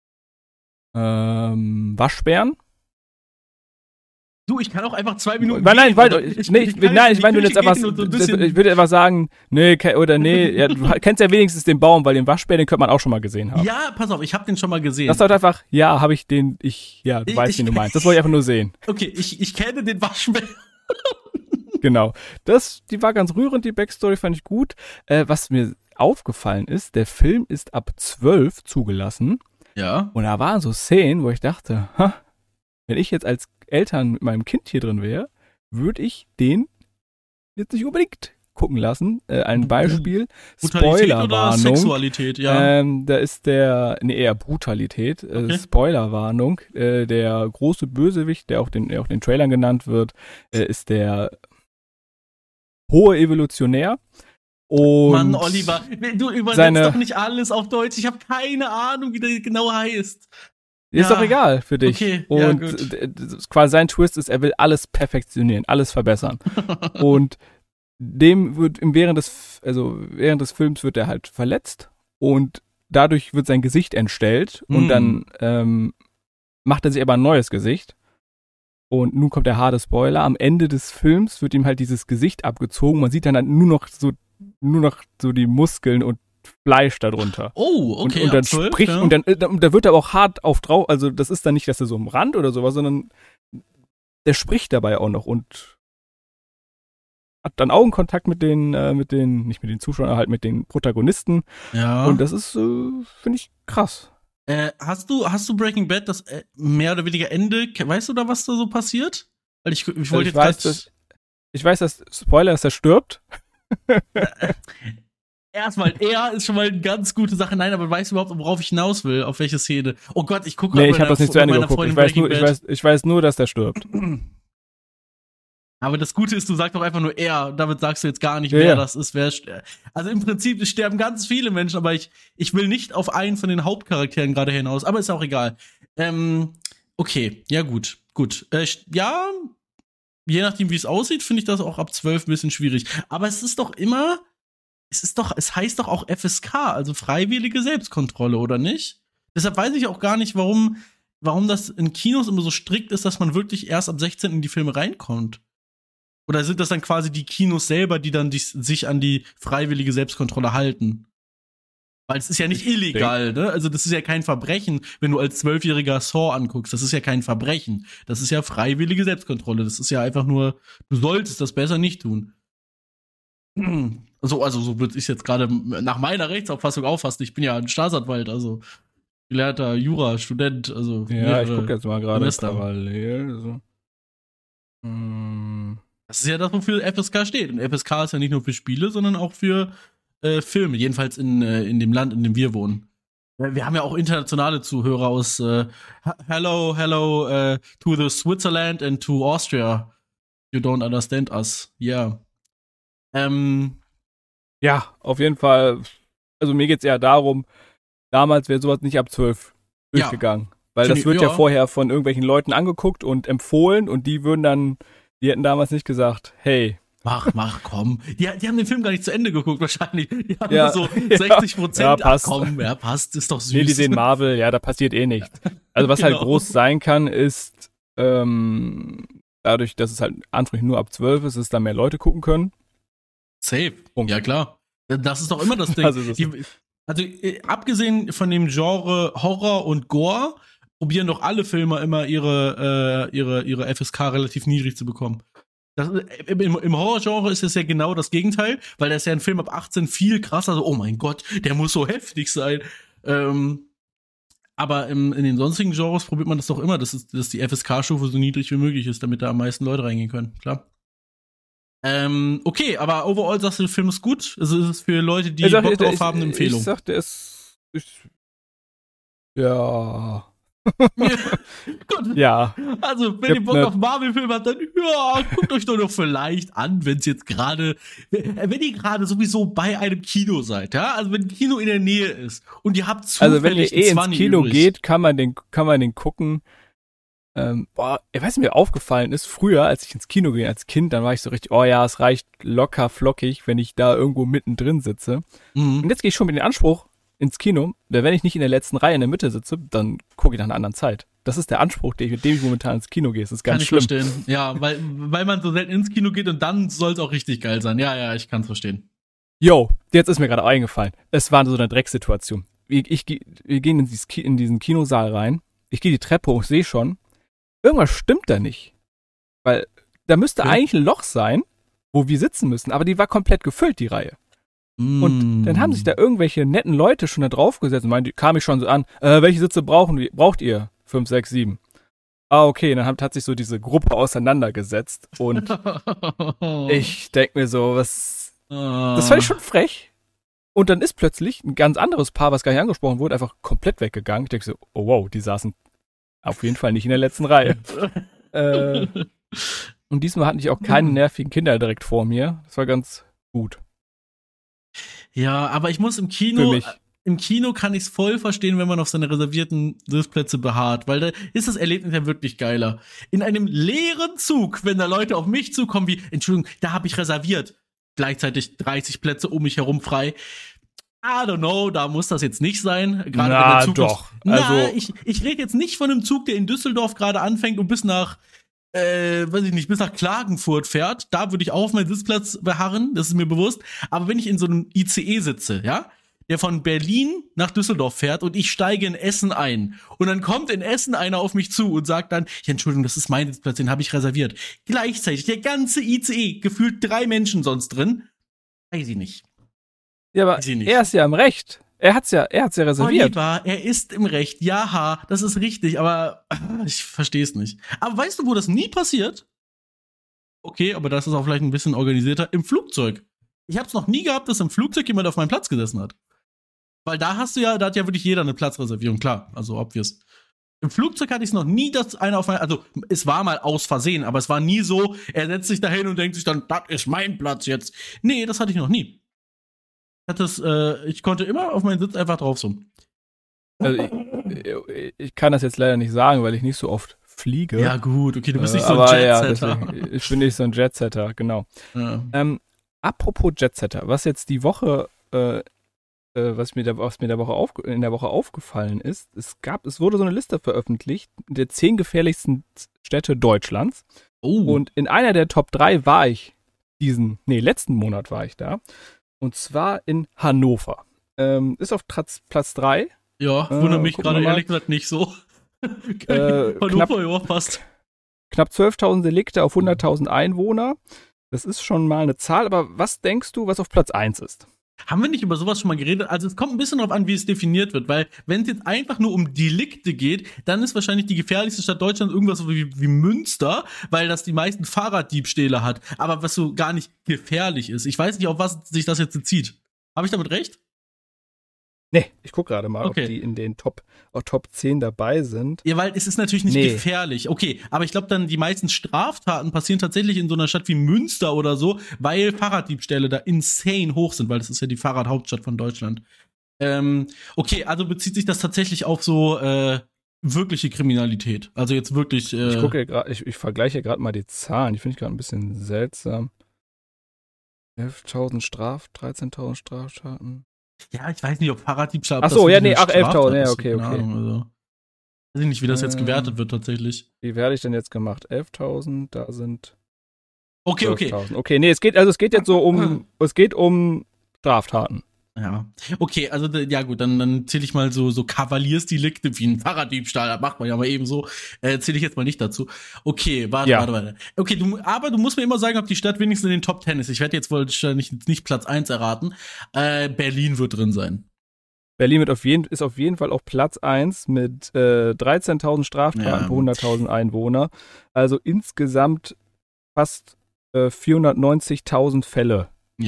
Waschbären. Du, ich kann auch einfach 2 Minuten. Ich würde einfach sagen, nee, ja, du kennst ja wenigstens den Baum, weil den Waschbär, den könnte man auch schon mal gesehen haben. Ja, pass auf, ich habe den schon mal gesehen. Das ist halt einfach, du weißt, wen du meinst. Das wollte ich einfach nur sehen. Okay, ich kenne den Waschbär. Genau. Die war ganz rührend, die Backstory fand ich gut. Was mir aufgefallen ist, der Film ist ab 12 zugelassen. Ja. Und da waren so Szenen, wo ich dachte, wenn ich jetzt als Eltern mit meinem Kind hier drin wäre, würde ich den jetzt nicht unbedingt gucken lassen. Ein Beispiel, Spoilerwarnung. Oder Sexualität, ja. Da ist eher Brutalität. Okay. Spoilerwarnung. Der große Bösewicht, der auch den Trailern genannt wird, ist der hohe Evolutionär. Und Mann, Oliver, du übersetzt doch nicht alles auf Deutsch. Ich habe keine Ahnung, wie der genau heißt. Ist doch egal für dich. Okay, und quasi sein Twist ist, er will alles perfektionieren, alles verbessern. Und dem wird während des Films wird er halt verletzt und dadurch wird sein Gesicht entstellt und dann macht er sich aber ein neues Gesicht. Und nun kommt der harte Spoiler. Am Ende des Films wird ihm halt dieses Gesicht abgezogen. Man sieht dann halt nur noch so die Muskeln und Fleisch darunter. Oh, okay. Und dann spricht, und da wird er aber auch hart auf drauf, also das ist dann nicht, dass er so am Rand oder sowas, sondern der spricht dabei auch noch und hat dann Augenkontakt mit den, nicht mit den Zuschauern, halt mit den Protagonisten. Ja. Und das ist, finde ich, krass. Hast du Breaking Bad, das mehr oder weniger Ende, weißt du da, was da so passiert? Weil ich wollte ich weiß, dass Spoiler, dass er stirbt. Erstmal, er ist schon mal eine ganz gute Sache. Nein, aber weißt du überhaupt, worauf ich hinaus will? Auf welche Szene? Oh Gott, ich gucke Nee, ich habe das nicht zu Ende geguckt. Ich weiß nur, dass der stirbt. Aber das Gute ist, du sagst doch einfach nur er. Damit sagst du jetzt gar nicht, wer das ist. Also im Prinzip, es sterben ganz viele Menschen, aber ich will nicht auf einen von den Hauptcharakteren gerade hinaus. Aber ist auch egal. Okay, ja gut. Ja, je nachdem, wie es aussieht, finde ich das auch ab 12 ein bisschen schwierig. Aber es heißt doch auch FSK, also freiwillige Selbstkontrolle, oder nicht? Deshalb weiß ich auch gar nicht, warum das in Kinos immer so strikt ist, dass man wirklich erst ab 16 in die Filme reinkommt. Oder sind das dann quasi die Kinos selber, die dann sich an die freiwillige Selbstkontrolle halten? Weil es ist ja nicht illegal, ne? Also das ist ja kein Verbrechen, wenn du als 12-Jähriger Saw anguckst. Das ist ja kein Verbrechen. Das ist ja freiwillige Selbstkontrolle. Das ist ja einfach nur, du solltest das besser nicht tun. Also so würde ich jetzt gerade nach meiner Rechtsauffassung auffassen. Ich bin ja ein Staatsanwalt, also gelehrter Jura-Student. Also ja, ich gucke jetzt mal gerade parallel. So. Das ist ja das, wofür FSK steht. Und FSK ist ja nicht nur für Spiele, sondern auch für Filme. Jedenfalls in dem Land, in dem wir wohnen. Wir haben ja auch internationale Zuhörer aus Hello to the Switzerland and to Austria. You don't understand us. Yeah. Ja, auf jeden Fall. Also mir geht's eher darum, damals wäre sowas nicht ab 12 durchgegangen. Weil das wird ja vorher von irgendwelchen Leuten angeguckt und empfohlen und die hätten damals nicht gesagt, hey. Mach, komm. Die haben den Film gar nicht zu Ende geguckt, wahrscheinlich. Die haben nur so 60%. Ja, passt. Passt, ist doch süß. Nee, die sehen Marvel, ja, da passiert eh nichts. Also was halt groß sein kann, ist, dadurch, dass es halt anfangs nur ab 12 ist, dass da mehr Leute gucken können. Safe. Punkt. Ja, klar. Das ist doch immer das Ding. Also abgesehen von dem Genre Horror und Gore, probieren doch alle Filme immer ihre FSK relativ niedrig zu bekommen. Im Horrorgenre ist es ja genau das Gegenteil, weil da ist ja ein Film ab 18 viel krasser, so, oh mein Gott, der muss so heftig sein. Aber in den sonstigen Genres probiert man das doch immer, dass die FSK-Stufe so niedrig wie möglich ist, damit da am meisten Leute reingehen können, klar. Okay, aber overall sagst du, der Film ist gut? Also ist es für Leute, die Bock drauf haben, eine Empfehlung? Ich sag, der ist ja. Gut. Ja. Also, wenn ihr Bock auf Marvel-Filme habt, dann guckt euch doch noch vielleicht an, wenn ihr gerade sowieso bei einem Kino seid, ja? Also, wenn ein Kino in der Nähe ist und ihr habt zufällig also, wenn ihr ins Kino geht, kann man den gucken. Ich weiß nicht, mir aufgefallen ist, früher, als ich ins Kino ging als Kind, dann war ich so richtig, oh ja, es reicht locker flockig, wenn ich da irgendwo mittendrin sitze. Und jetzt gehe ich schon mit dem Anspruch ins Kino, wenn ich nicht in der letzten Reihe in der Mitte sitze, dann gucke ich nach einer anderen Zeit. Das ist der Anspruch, mit dem ich momentan ins Kino gehe. Das ist ganz schlimm. Kann ich verstehen. Ja, weil man so selten ins Kino geht und dann soll es auch richtig geil sein. Ja, ich kann es verstehen. Jo, jetzt ist mir gerade eingefallen. Es war so eine Drecksituation. Wir gehen in diesen Kinosaal rein. Ich gehe die Treppe hoch, sehe schon, irgendwas stimmt da nicht. Weil da müsste eigentlich ein Loch sein, wo wir sitzen müssen, aber die war komplett gefüllt, die Reihe. Und dann haben sich da irgendwelche netten Leute schon da draufgesetzt und kam ich schon so an, welche Sitze braucht ihr? 5, 6, 7. Ah, okay, dann hat sich so diese Gruppe auseinandergesetzt und ich denk mir so, das fand ich schon frech. Und dann ist plötzlich ein ganz anderes Paar, was gar nicht angesprochen wurde, einfach komplett weggegangen. Ich denke so, oh wow, die saßen auf jeden Fall nicht in der letzten Reihe. Und diesmal hatten ich auch keine nervigen Kinder direkt vor mir. Das war ganz gut. Ja, aber ich muss Für mich. im Kino kann ich es voll verstehen, wenn man auf seine reservierten Sitzplätze beharrt, weil da ist das Erlebnis ja wirklich geiler. In einem leeren Zug, wenn da Leute auf mich zukommen wie, Entschuldigung, da habe ich reserviert, gleichzeitig 30 Plätze um mich herum frei. I don't know, da muss das jetzt nicht sein. Gerade wenn der Zug doch. Also ich rede jetzt nicht von einem Zug, der in Düsseldorf gerade anfängt und bis nach weiß ich nicht, bis nach Klagenfurt fährt. Da würde ich auch auf meinen Sitzplatz beharren, das ist mir bewusst. Aber wenn ich in so einem ICE sitze, ja, der von Berlin nach Düsseldorf fährt und ich steige in Essen ein und dann kommt in Essen einer auf mich zu und sagt dann, ja, Entschuldigung, das ist mein Sitzplatz, den habe ich reserviert. Gleichzeitig der ganze ICE, gefühlt 3 Menschen sonst drin. Weiß ich nicht. Ja, aber er ist ja im Recht. Er hat's ja reserviert. Oliver, er ist im Recht. Ja, das ist richtig, aber ich verstehe es nicht. Aber weißt du, wo das nie passiert? Okay, aber das ist auch vielleicht ein bisschen organisierter. Im Flugzeug. Ich habe es noch nie gehabt, dass im Flugzeug jemand auf meinem Platz gesessen hat. Weil da hat ja wirklich jeder eine Platzreservierung, klar, also obvious. Im Flugzeug hatte ich es noch nie, dass einer auf meinem, also es war mal aus Versehen, aber es war nie so, er setzt sich dahin und denkt sich dann, das ist mein Platz jetzt. Nee, das hatte ich noch nie. Ich konnte immer auf meinen Sitz einfach drauf so. Also ich kann das jetzt leider nicht sagen, weil ich nicht so oft fliege. Ja gut, okay, du bist nicht so ein Jetsetter. Ja, ich bin nicht so ein Jetsetter, genau. Ja. Apropos Jetsetter, was jetzt die Woche, was mir in der Woche aufgefallen ist, es wurde so eine Liste veröffentlicht der 10 gefährlichsten Städte Deutschlands. Oh. Und in einer der Top 3 war ich letzten Monat war ich da. Und zwar in Hannover. Ist auf Platz 3. Ja, wundert mich gerade ehrlich gesagt nicht so. Hannover, ja, passt. Knapp 12.000 Delikte auf 100.000 Einwohner. Das ist schon mal eine Zahl, aber was denkst du, was auf Platz 1 ist? Haben wir nicht über sowas schon mal geredet? Also es kommt ein bisschen darauf an, wie es definiert wird, weil wenn es jetzt einfach nur um Delikte geht, dann ist wahrscheinlich die gefährlichste Stadt Deutschlands irgendwas wie Münster, weil das die meisten Fahrraddiebstähle hat, aber was so gar nicht gefährlich ist. Ich weiß nicht, auf was sich das jetzt bezieht. Habe ich damit recht? Nee, ich gucke gerade mal, ob die in den Top 10 dabei sind. Ja, weil es ist natürlich nicht gefährlich. Okay, aber ich glaube dann, die meisten Straftaten passieren tatsächlich in so einer Stadt wie Münster oder so, weil Fahrraddiebstähle da insane hoch sind, weil das ist ja die Fahrradhauptstadt von Deutschland. Okay, also bezieht sich das tatsächlich auf so wirkliche Kriminalität. Also jetzt wirklich Ich gucke gerade, ich vergleiche gerade mal die Zahlen, die finde ich gerade ein bisschen seltsam. 13.000 Straftaten. Ja, ich weiß nicht, ob Fahrraddiebstahl. Ach so, ja, nee, 11.000, ja, okay. Also, weiß ich nicht, wie das jetzt gewertet wird tatsächlich. Wie werde ich denn jetzt gemacht? 11.000, da sind. Okay. Okay, nee, es geht jetzt so um Straftaten. Ja. Okay, also ja gut, dann zähle ich mal so Kavaliersdelikte wie ein Fahrraddiebstahl, das macht man ja mal eben so. Zähle ich jetzt mal nicht dazu. Okay, warte. Okay, du musst mir immer sagen, ob die Stadt wenigstens in den Top 10 ist. Ich werde jetzt wohl nicht Platz 1 erraten. Berlin wird drin sein. Berlin ist auf jeden Fall auf Platz 1 mit 13.000 Straftaten pro 100.000 Einwohner. Also insgesamt fast 490.000 Fälle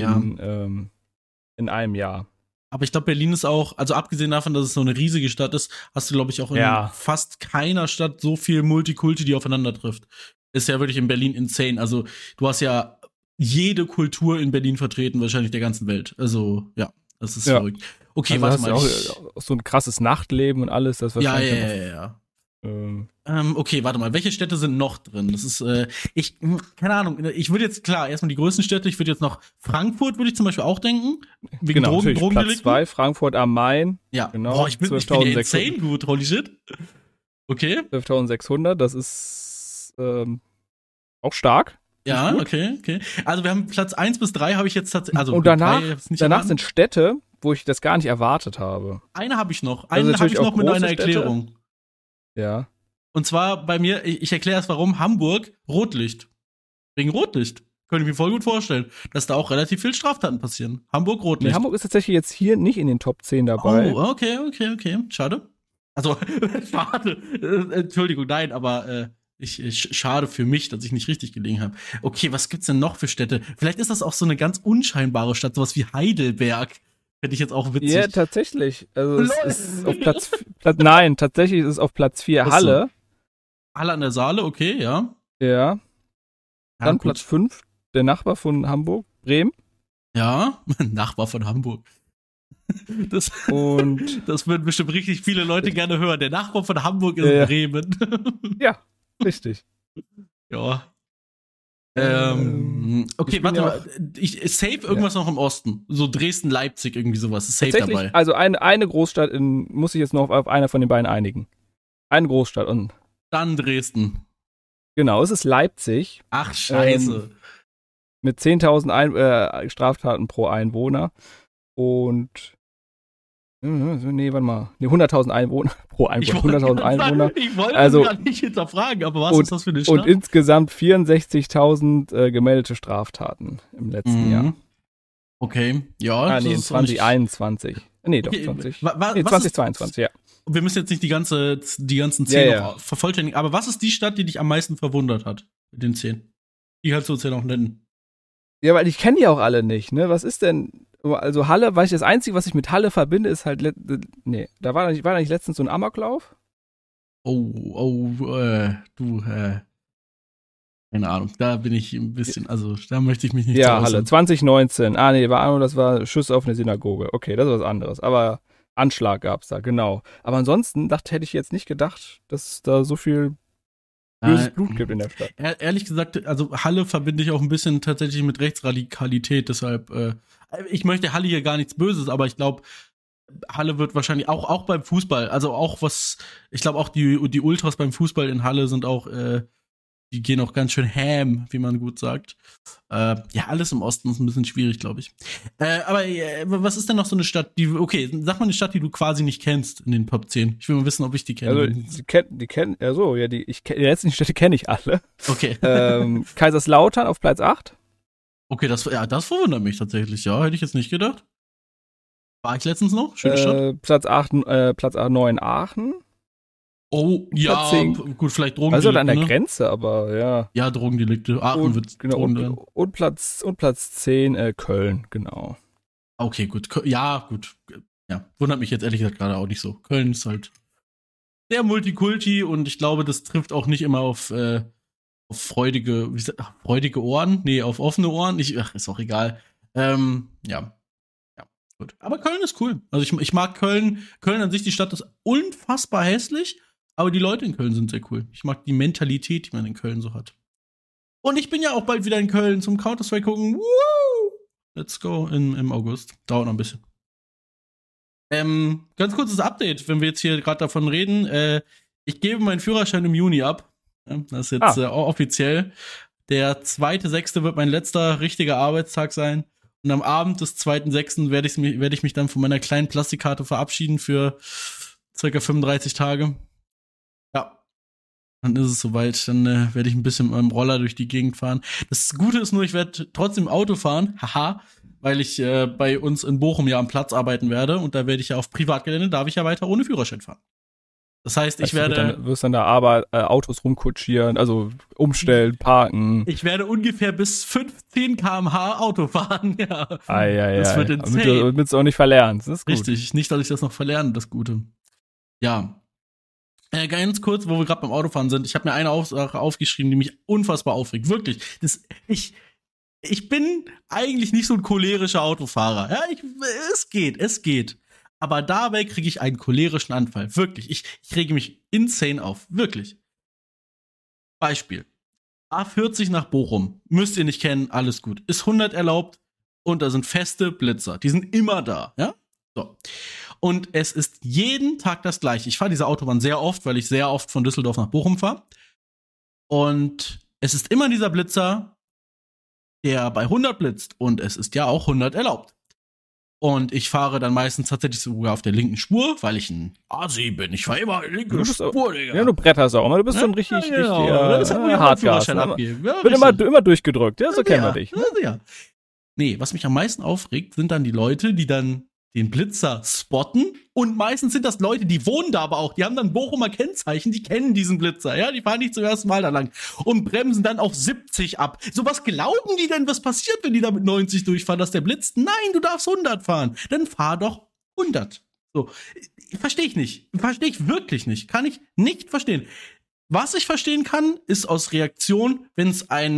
in einem Jahr. Aber ich glaube, Berlin ist auch, also abgesehen davon, dass es so eine riesige Stadt ist, hast du, glaube ich, auch in fast keiner Stadt so viel Multikulti, die aufeinander trifft. Ist ja wirklich in Berlin insane. Also du hast ja jede Kultur in Berlin vertreten, wahrscheinlich der ganzen Welt. Also ja, das ist verrückt. Okay, also warte mal. Auch so ein krasses Nachtleben und alles. Das wahrscheinlich ja. Okay, warte mal, welche Städte sind noch drin? Das ist, keine Ahnung, ich würde jetzt, klar, erstmal die größten Städte, ich würde jetzt noch Frankfurt, würde ich zum Beispiel auch denken. Wegen Drogendelikten. Platz 2, Frankfurt am Main. Ja, genau. Boah, ich bin ja insane gut, holy shit. Okay. 12.600, das ist auch stark. Ja, okay. Also wir haben Platz 1 bis 3 habe ich jetzt tatsächlich, also und danach sind Städte, wo ich das gar nicht erwartet habe. Eine habe ich noch, mit einer Erklärung. Städte. Ja. Und zwar bei mir, ich erkläre es warum, Hamburg, Rotlicht. Wegen Rotlicht. Könnte ich mir voll gut vorstellen, dass da auch relativ viel Straftaten passieren. Hamburg, Rotlicht. Nee, Hamburg ist tatsächlich jetzt hier nicht in den Top 10 dabei. Oh, okay. Schade. Also, schade. Entschuldigung, nein, aber schade für mich, dass ich nicht richtig gelegen habe. Okay, was gibt's denn noch für Städte? Vielleicht ist das auch so eine ganz unscheinbare Stadt, sowas wie Heidelberg. Hätte ich jetzt auch witzig. Ja, tatsächlich. Also es ist auf tatsächlich ist es auf Platz 4 Halle. Halle an der Saale, okay, ja. Ja. Dann Platz 5, der Nachbar von Hamburg, Bremen. Ja, Nachbar von Hamburg. Das würden bestimmt richtig viele Leute gerne hören. Der Nachbar von Hamburg ist Bremen. Ja, richtig. Ja. Okay, warte mal. Safe irgendwas noch im Osten. So Dresden, Leipzig, irgendwie sowas. Ist safe dabei. Also eine Großstadt muss ich jetzt noch auf einer von den beiden einigen. Eine Großstadt und. Dann Dresden. Genau, es ist Leipzig. Ach, scheiße. Mit 10.000 Straftaten pro Einwohner. Und. Nee, warte mal. Nee, 100.000 Einwohner pro Einwohner. 100.000 Einwohner. Ich wollte das gar nicht hinterfragen, aber was ist das für eine Stadt? Und insgesamt 64.000 gemeldete Straftaten im letzten Jahr. Okay, ja. Nee, in 2021. Nee, doch, 2022, ja. Wir müssen jetzt nicht die ganzen 10 noch vervollständigen, aber was ist die Stadt, die dich am meisten verwundert hat mit den 10? Die kannst du uns ja noch nennen. Ja, weil ich kenne die auch alle nicht, ne? Was ist denn, also Halle, das Einzige, was ich mit Halle verbinde, ist halt, da war nicht letztens so ein Amoklauf? Keine Ahnung, da bin ich ein bisschen, also da möchte ich mich nicht Ja, Halle, 2019. Das war Schuss auf eine Synagoge. Okay, das ist was anderes, aber Anschlag gab's da, genau. Aber ansonsten hätte ich jetzt nicht gedacht, dass es da so viel böses Blut gibt in der Stadt. Ehrlich gesagt, also Halle verbinde ich auch ein bisschen tatsächlich mit Rechtsradikalität, deshalb, ich möchte Halle hier gar nichts Böses, aber ich glaube, Halle wird wahrscheinlich auch beim Fußball, also auch ich glaube auch die Ultras beim Fußball in Halle sind auch, die gehen auch ganz schön ham, wie man gut sagt. Ja, alles im Osten ist ein bisschen schwierig, glaube ich. Aber was ist denn noch so eine Stadt, sag mal eine Stadt, die du quasi nicht kennst in den Top 10. Ich will mal wissen, ob ich die kenne. Also, die letzten Städte kenne ich alle. Okay. Kaiserslautern auf Platz 8. Okay, das verwundert mich tatsächlich, ja. Hätte ich jetzt nicht gedacht. War ich letztens noch? Schöne Stadt. Platz 9 Aachen. Oh, ja, gut, vielleicht Drogendelikte. Also an der Grenze, aber ja. Ja, Drogendelikte. Aachen wird und Platz 10 Köln, genau. Okay, gut. Ja, gut. Ja, wundert mich jetzt ehrlich gesagt gerade auch nicht so. Köln ist halt sehr Multikulti und ich glaube, das trifft auch nicht immer auf freudige Ohren. Nee, auf offene Ohren. Ist auch egal. Ja, gut. Aber Köln ist cool. Also ich mag Köln. Köln an sich, die Stadt ist unfassbar hässlich. Aber die Leute in Köln sind sehr cool. Ich mag die Mentalität, die man in Köln so hat. Und ich bin ja auch bald wieder in Köln zum Counter-Strike gucken. Woo! Let's go im August. Dauert noch ein bisschen. Ganz kurzes Update, wenn wir jetzt hier gerade davon reden. Ich gebe meinen Führerschein im Juni ab. Das ist jetzt offiziell. Der 2.6. wird mein letzter richtiger Arbeitstag sein. Und am Abend des 2.6. werde ich mich dann von meiner kleinen Plastikkarte verabschieden für circa 35 Tage. Dann ist es soweit, dann werde ich ein bisschen mit meinem Roller durch die Gegend fahren. Das Gute ist nur, ich werde trotzdem Auto fahren, weil ich bei uns in Bochum ja am Platz arbeiten werde und da werde ich ja auf Privatgelände, darf ich ja weiter ohne Führerschein fahren. Das heißt, ich wirst dann da Autos rumkutschieren, also umstellen, parken. Ich werde ungefähr bis 15 km/h Auto fahren, ja. Das wird insane. Damit du es auch nicht verlernst, das ist gut. Richtig, nicht, dass ich das noch verlerne, das Gute. Ja. Ganz kurz, wo wir gerade beim Autofahren sind, ich habe mir eine Sache aufgeschrieben, die mich unfassbar aufregt. Wirklich. Ich bin eigentlich nicht so ein cholerischer Autofahrer. Ja, es geht. Aber dabei kriege ich einen cholerischen Anfall. Wirklich. Ich rege mich insane auf. Wirklich. Beispiel. A40 nach Bochum. Müsst ihr nicht kennen, alles gut. Ist 100 erlaubt und da sind feste Blitzer. Die sind immer da, ja? So. Und es ist jeden Tag das Gleiche. Ich fahre diese Autobahn sehr oft, weil ich sehr oft von Düsseldorf nach Bochum fahre. Und es ist immer dieser Blitzer, der bei 100 blitzt. Und es ist ja auch 100 erlaubt. Und ich fahre dann meistens tatsächlich sogar auf der linken Spur, weil ich ein Asi bin. Ich fahre immer linke Spur, Digga. Ja, du bretterst auch immer. Du bist so ein richtig Hardgas. Wird immer durchgedrückt. Ja, so kennen wir dich. Ne? Ja. Nee, was mich am meisten aufregt, sind dann die Leute, die dann den Blitzer spotten. Und meistens sind das Leute, die wohnen da aber auch. Die haben dann Bochumer Kennzeichen, die kennen diesen Blitzer. Ja, die fahren nicht zum ersten Mal da lang. Und bremsen dann auf 70 ab. So, was glauben die denn, was passiert, wenn die da mit 90 durchfahren, dass der blitzt? Nein, du darfst 100 fahren. Dann fahr doch 100. So, verstehe ich nicht. Verstehe ich wirklich nicht. Kann ich nicht verstehen. Was ich verstehen kann, ist aus Reaktion, wenn es ein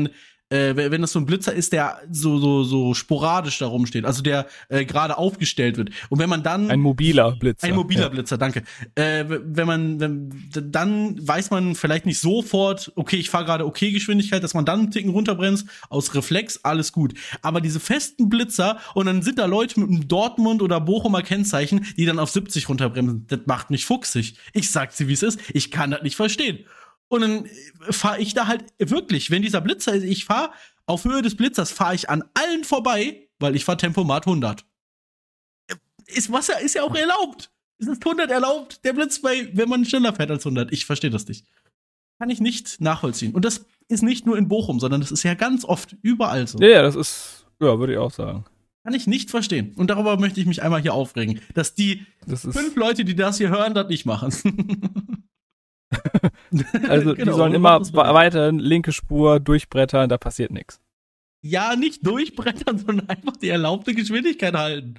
wenn das so ein Blitzer ist, der so sporadisch da rumsteht, also der gerade aufgestellt wird. Und wenn man dann ein mobiler Blitzer. Ein mobiler Blitzer, danke. Dann weiß man vielleicht nicht sofort, okay, ich fahre gerade okay Geschwindigkeit, dass man dann einen Ticken runterbremst, aus Reflex, alles gut. Aber diese festen Blitzer und dann sind da Leute mit einem Dortmund oder Bochumer Kennzeichen, die dann auf 70 runterbremsen. Das macht mich fuchsig. Ich sag's dir, wie es ist. Ich kann das nicht verstehen. Und dann fahre ich da halt wirklich, wenn dieser Blitzer ist, ich fahre auf Höhe des Blitzers, fahre ich an allen vorbei, weil ich fahre Tempomat 100. Ist ja auch erlaubt. Es ist 100 erlaubt, der Blitz wenn man schneller fährt als 100. Ich verstehe das nicht. Kann ich nicht nachvollziehen. Und das ist nicht nur in Bochum, sondern das ist ja ganz oft überall so. Ja, das ist, ja, würde ich auch sagen. Kann ich nicht verstehen. Und darüber möchte ich mich einmal hier aufregen, dass die 5 Leute, die das hier hören, das nicht machen. Also genau, die sollen immer weiter linke Spur durchbrettern, da passiert nichts. Ja, nicht durchbrettern, sondern einfach die erlaubte Geschwindigkeit halten.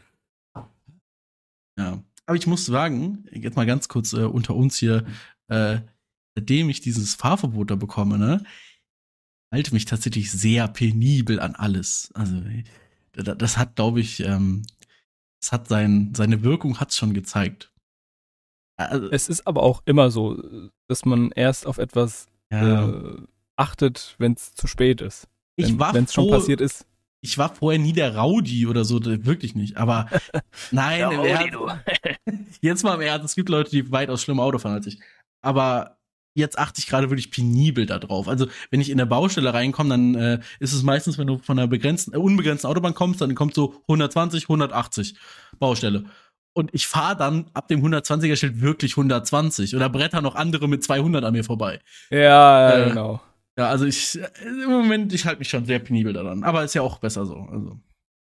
Ja, aber ich muss sagen, jetzt mal ganz kurz unter uns hier, seitdem ich dieses Fahrverbot da bekomme, ne, halte mich tatsächlich sehr penibel an alles. Also das hat, glaube ich, das hat seine Wirkung hat's schon gezeigt. Also, es ist aber auch immer so, dass man erst auf etwas achtet, wenn es zu spät ist. Wenn es schon passiert ist. Ich war vorher nie der Rowdy oder so, wirklich nicht. Aber nein, jetzt mal im Ernst, es gibt Leute, die weitaus schlimmer Auto fahren als ich. Aber jetzt achte ich gerade wirklich penibel da drauf. Also wenn ich in der Baustelle reinkomme, dann ist es meistens, wenn du von einer unbegrenzten Autobahn kommst, dann kommt so 120, 180 Baustelle. Und ich fahre dann ab dem 120er-Schild wirklich 120 oder bretter noch andere mit 200 an mir vorbei. Ja, genau. Ja, also im Moment, ich halte mich schon sehr penibel daran. Aber ist ja auch besser so. Also.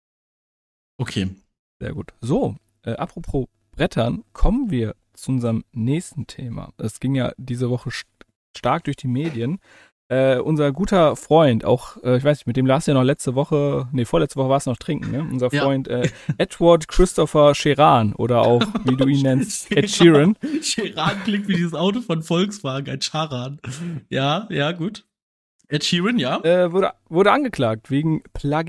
Okay. Sehr gut. So, apropos Brettern, kommen wir zu unserem nächsten Thema. Es ging ja diese Woche stark durch die Medien. Unser guter Freund, auch, ich weiß nicht, mit dem las ja noch vorletzte Woche war es noch trinken, ne? Unser Freund Edward Christopher Sheeran oder auch, wie du ihn nennst, Ed Sheeran. Sheeran klingt wie dieses Auto von Volkswagen, ein Charan. Ja, gut. Ed Sheeran, ja. Wurde angeklagt wegen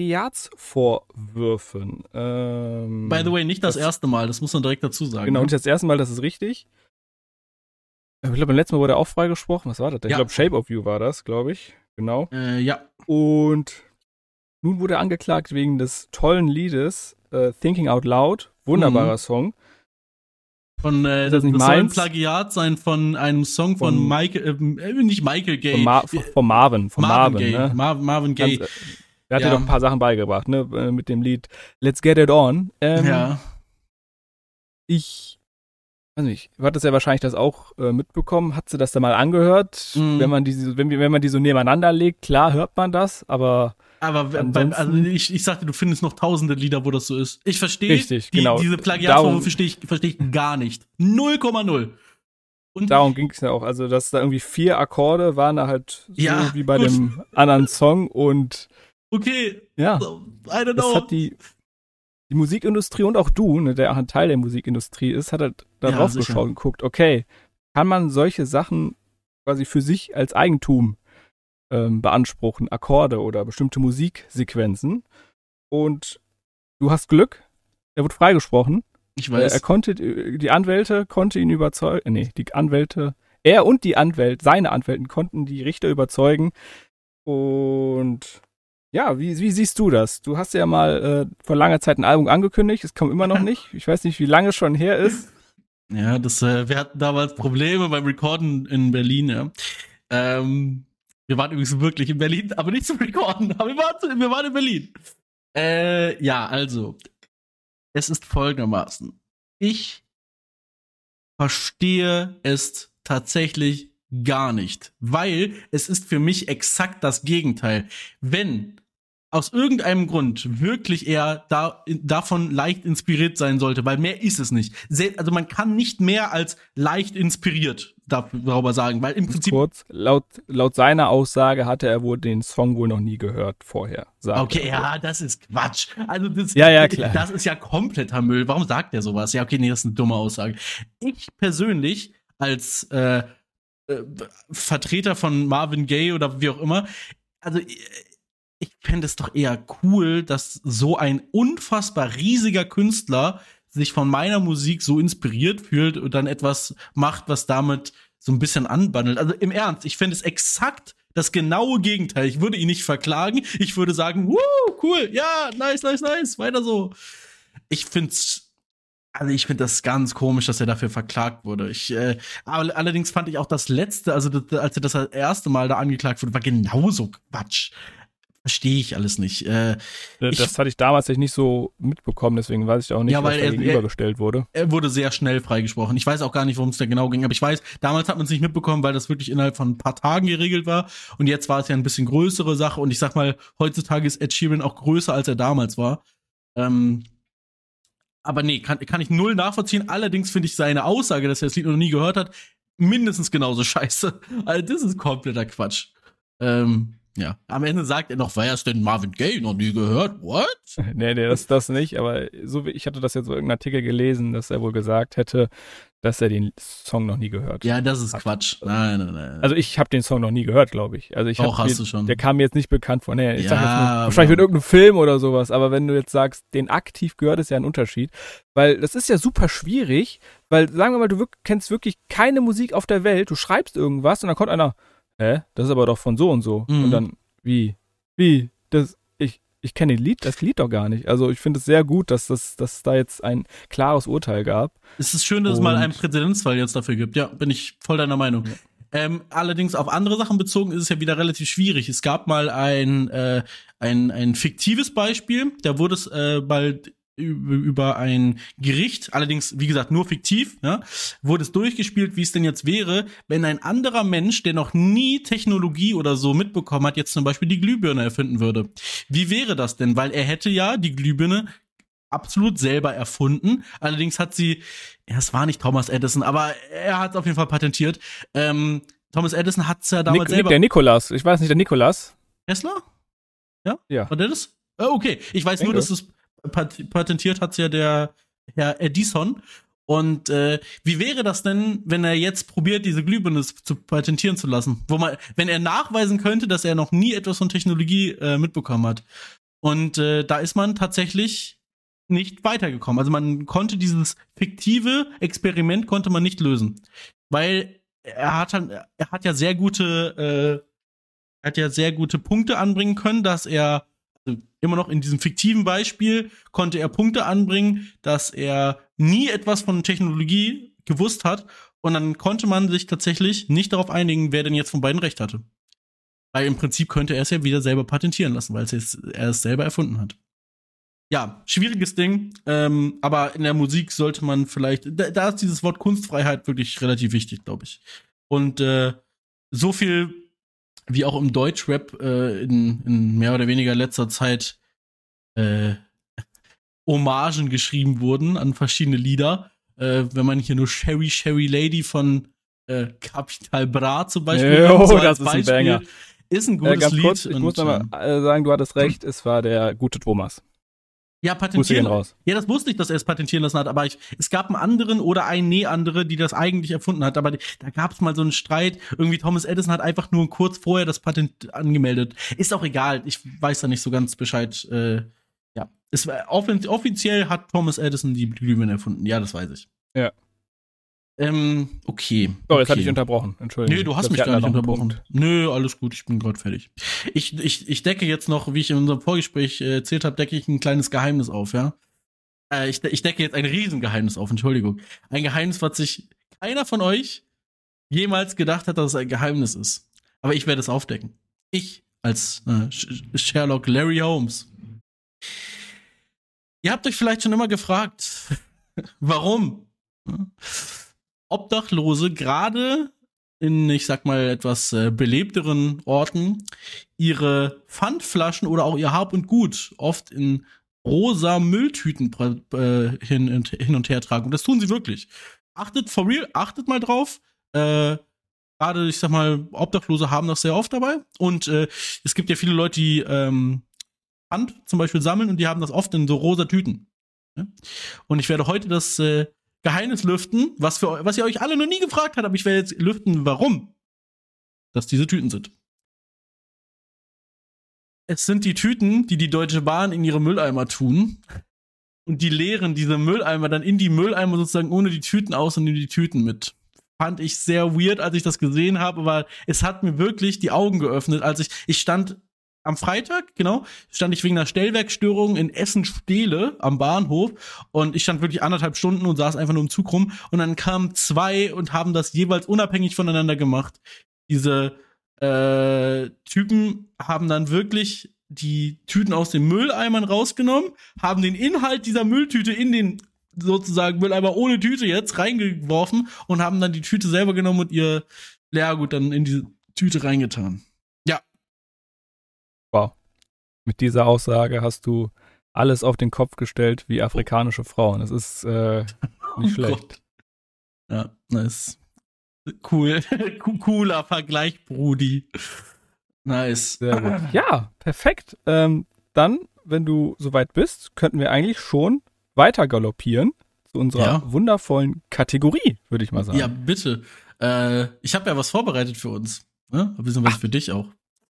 Plagiatsvorwürfen. By the way, nicht das erste Mal, das muss man direkt dazu sagen. Genau, nicht das erste Mal, das ist richtig. Ich glaube, beim letzten Mal wurde er auch freigesprochen. Was war das denn? Ich glaube, Shape of You war das, glaube ich. Genau. Ja. Und nun wurde er angeklagt wegen des tollen Liedes Thinking Out Loud. Wunderbarer Song. Das soll ein Plagiat sein von einem Song von nicht Michael Gaye. Von Marvin Gaye. Ne? Marvin Gaye. Der hat dir doch ein paar Sachen beigebracht, ne? Mit dem Lied Let's Get It On. Ich weiß nicht, du hattest ja wahrscheinlich das auch mitbekommen. Hat sie das da mal angehört? Wenn man die so nebeneinander legt, klar hört man das, aber ich sagte, du findest noch tausende Lieder, wo das so ist. Ich verstehe, genau. Diese Plagiatsvorwürfe verstehe ich gar nicht. 0,0. Und darum ging es ja auch. Also, dass da irgendwie 4 Akkorde waren da halt so wie bei dem anderen Song und okay. Ja. So, I don't know. Das hat die Musikindustrie und auch du, ne, der auch ein Teil der Musikindustrie ist, hat halt da drauf geschaut und guckt, okay, kann man solche Sachen quasi für sich als Eigentum beanspruchen, Akkorde oder bestimmte Musiksequenzen. Und du hast Glück, er wurde freigesprochen. Ich weiß. Die Anwälte konnten ihn überzeugen, er und seine Anwälten konnten die Richter überzeugen. Und ja, wie siehst du das? Du hast ja mal vor langer Zeit ein Album angekündigt, es kam immer noch nicht. Ich weiß nicht, wie lange es schon her ist. Ja, wir hatten damals Probleme beim Recorden in Berlin, ja. Wir waren übrigens wirklich in Berlin, aber nicht zum Recorden, aber wir waren in Berlin. Also, es ist folgendermaßen. Ich verstehe es tatsächlich gar nicht, weil es ist für mich exakt das Gegenteil. Wenn aus irgendeinem Grund wirklich er davon leicht inspiriert sein sollte, weil mehr ist es nicht. Also man kann nicht mehr als leicht inspiriert darüber sagen, weil im Prinzip laut seiner Aussage hatte er wohl den Song wohl noch nie gehört vorher. Okay, ja, das ist Quatsch. Also klar. Das ist ja kompletter Müll. Warum sagt er sowas? Ja, okay, nee, das ist eine dumme Aussage. Ich persönlich als Vertreter von Marvin Gaye oder wie auch immer, also ich fände es doch eher cool, dass so ein unfassbar riesiger Künstler sich von meiner Musik so inspiriert fühlt und dann etwas macht, was damit so ein bisschen anbandelt. Also im Ernst, ich fände es exakt das genaue Gegenteil. Ich würde ihn nicht verklagen. Ich würde sagen, cool, ja, nice, weiter so. Ich finde das ganz komisch, dass er dafür verklagt wurde. Aber allerdings fand ich auch das letzte, also als er das erste Mal da angeklagt wurde, war genauso Quatsch. Verstehe ich alles nicht. Das hatte ich damals nicht so mitbekommen, deswegen weiß ich auch nicht, was da gegenübergestellt wurde. Er wurde sehr schnell freigesprochen. Ich weiß auch gar nicht, worum es da genau ging, aber ich weiß, damals hat man es nicht mitbekommen, weil das wirklich innerhalb von ein paar Tagen geregelt war. Und jetzt war es ja ein bisschen größere Sache. Und ich sag mal, heutzutage ist Ed Sheeran auch größer, als er damals war. Aber nee, kann ich null nachvollziehen. Allerdings finde ich seine Aussage, dass er das Lied noch nie gehört hat, mindestens genauso scheiße. Also das ist kompletter Quatsch. Ja, am Ende sagt er noch, war es denn Marvin Gaye noch nie gehört? What? Nee, das nicht, aber ich hatte das jetzt so irgendeinen Artikel gelesen, dass er wohl gesagt hätte, dass er den Song noch nie gehört. Ja, das ist Quatsch. Nein. Also ich habe den Song noch nie gehört, glaube ich. Also hast du schon. Der kam mir jetzt nicht bekannt vor. Nee, ich sag jetzt nur, aber wahrscheinlich mit irgendeinem Film oder sowas, aber wenn du jetzt sagst, den aktiv gehört, ist ja ein Unterschied. Weil das ist ja super schwierig, weil sagen wir mal, du kennst wirklich keine Musik auf der Welt, du schreibst irgendwas und dann kommt einer, das ist aber doch von so und so. Mhm. Und dann, wie? Ich kenne das Lied doch gar nicht. Also ich finde es sehr gut, dass da jetzt ein klares Urteil gab. Es ist schön, dass es mal einen Präzedenzfall jetzt dafür gibt. Ja, bin ich voll deiner Meinung. Ja. Allerdings auf andere Sachen bezogen ist es ja wieder relativ schwierig. Es gab mal ein fiktives Beispiel. Da wurde es bald über ein Gericht, allerdings, wie gesagt, nur fiktiv, ja, wurde es durchgespielt, wie es denn jetzt wäre, wenn ein anderer Mensch, der noch nie Technologie oder so mitbekommen hat, jetzt zum Beispiel die Glühbirne erfinden würde. Wie wäre das denn? Weil er hätte ja die Glühbirne absolut selber erfunden. Allerdings hat es war nicht Thomas Edison, aber er hat es auf jeden Fall patentiert. Thomas Edison hat es ja damals selber... Der Nikolaus, ich weiß nicht, der Nikolaus. Tesla? Ja. War der das? Okay, ich weiß nur, dass es patentiert hat's ja der Herr Edison. Und wie wäre das denn, wenn er jetzt probiert, diese Glühbirne zu patentieren zu lassen? Wenn er nachweisen könnte, dass er noch nie etwas von Technologie mitbekommen hat. Und da ist man tatsächlich nicht weitergekommen. Also man konnte dieses fiktive Experiment konnte man nicht lösen. Weil er hat ja sehr gute Punkte anbringen können, dass er immer noch in diesem fiktiven Beispiel konnte er Punkte anbringen, dass er nie etwas von Technologie gewusst hat und dann konnte man sich tatsächlich nicht darauf einigen, wer denn jetzt von beiden recht hatte. Weil im Prinzip könnte er es ja wieder selber patentieren lassen, weil er es selber erfunden hat. Ja, schwieriges Ding, aber in der Musik sollte man vielleicht, da ist dieses Wort Kunstfreiheit wirklich relativ wichtig, glaube ich. Und so viel wie auch im Deutschrap in mehr oder weniger letzter Zeit Hommagen geschrieben wurden an verschiedene Lieder. Wenn man hier nur Sherry Sherry Lady von Capital Bra zum Beispiel so das ist ein Banger. Ist ein gutes Lied. Kurz, ich muss nochmal sagen, du hattest recht, es war der gute Thomas. Ja, patentieren. Ja, das wusste ich, dass er es patentieren lassen hat, aber es gab einen anderen oder andere, die das eigentlich erfunden hat, aber da gab es mal so einen Streit. Irgendwie Thomas Edison hat einfach nur kurz vorher das Patent angemeldet. Ist auch egal, ich weiß da nicht so ganz Bescheid. Ja, offiziell hat Thomas Edison die Glühbirne erfunden. Ja, das weiß ich. Ja. Okay. So, jetzt hatte ich unterbrochen. Entschuldigung. Nee, du hast mich gar nicht unterbrochen. Nö, alles gut, ich bin gerade fertig. Ich decke jetzt noch, wie ich in unserem Vorgespräch erzählt habe, decke ich ein kleines Geheimnis auf, ja? Ich decke jetzt ein Riesengeheimnis auf, Entschuldigung. Ein Geheimnis, was sich keiner von euch jemals gedacht hat, dass es ein Geheimnis ist. Aber ich werde es aufdecken. Ich als Sherlock Larry Holmes. Ihr habt euch vielleicht schon immer gefragt, warum Obdachlose gerade in, ich sag mal, etwas belebteren Orten ihre Pfandflaschen oder auch ihr Hab und Gut oft in rosa Mülltüten hin und her tragen. Und das tun sie wirklich. Achtet mal drauf. Gerade, ich sag mal, Obdachlose haben das sehr oft dabei. Und es gibt ja viele Leute, die Pfand zum Beispiel sammeln und die haben das oft in so rosa Tüten. Ja? Und ich werde heute das Geheimnis lüften, was ihr euch alle noch nie gefragt habt, aber ich werde jetzt lüften, warum das diese Tüten sind. Es sind die Tüten, die die Deutsche Bahn in ihre Mülleimer tun. Und die leeren diese Mülleimer dann in die Mülleimer sozusagen ohne die Tüten aus und nehmen die Tüten mit. Fand ich sehr weird, als ich das gesehen habe, aber es hat mir wirklich die Augen geöffnet, als ich stand am Freitag, genau, stand ich wegen einer Stellwerkstörung in Essen-Stehle am Bahnhof und ich stand wirklich 1,5 Stunden und saß einfach nur im Zug rum und dann kamen 2 und haben das jeweils unabhängig voneinander gemacht. Diese Typen haben dann wirklich die Tüten aus den Mülleimern rausgenommen, haben den Inhalt dieser Mülltüte in den sozusagen Mülleimer ohne Tüte jetzt reingeworfen und haben dann die Tüte selber genommen und ihr Leergut dann in diese Tüte reingetan. Ja. Wow. Mit dieser Aussage hast du alles auf den Kopf gestellt wie afrikanische Frauen. Das ist nicht schlecht. Gott. Ja, nice. Cool. Cooler Vergleich, Brudi. Nice. Sehr gut. Ja, perfekt. Dann, wenn du soweit bist, könnten wir eigentlich schon weiter galoppieren zu unserer wundervollen Kategorie, würde ich mal sagen. Ja, bitte. Ich habe ja was vorbereitet für uns. Ne? Ein bisschen was für dich auch.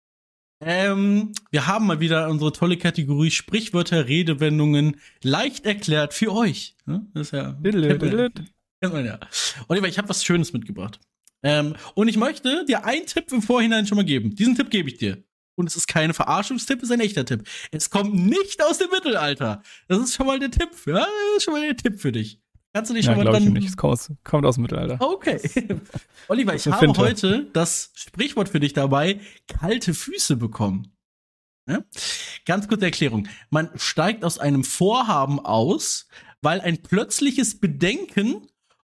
Wir haben mal wieder unsere tolle Kategorie Sprichwörter, Redewendungen leicht erklärt für euch. Ne? Das ist ja. Kennt man ja. Oliver, ich habe was Schönes mitgebracht. Und ich möchte dir einen Tipp im Vorhinein schon mal geben. Diesen Tipp gebe ich dir. Und es ist kein Verarschungstipp, es ist ein echter Tipp. Es kommt nicht aus dem Mittelalter. Das ist schon mal der Tipp. Ja, das ist schon mal der Tipp für dich. Kannst du dich schon mal dran... nicht. Es kommt aus dem Mittelalter. Okay. Oliver, ich habe heute das Sprichwort für dich dabei, kalte Füße bekommen. Ja? Ganz kurze Erklärung. Man steigt aus einem Vorhaben aus, weil ein plötzliches Bedenken,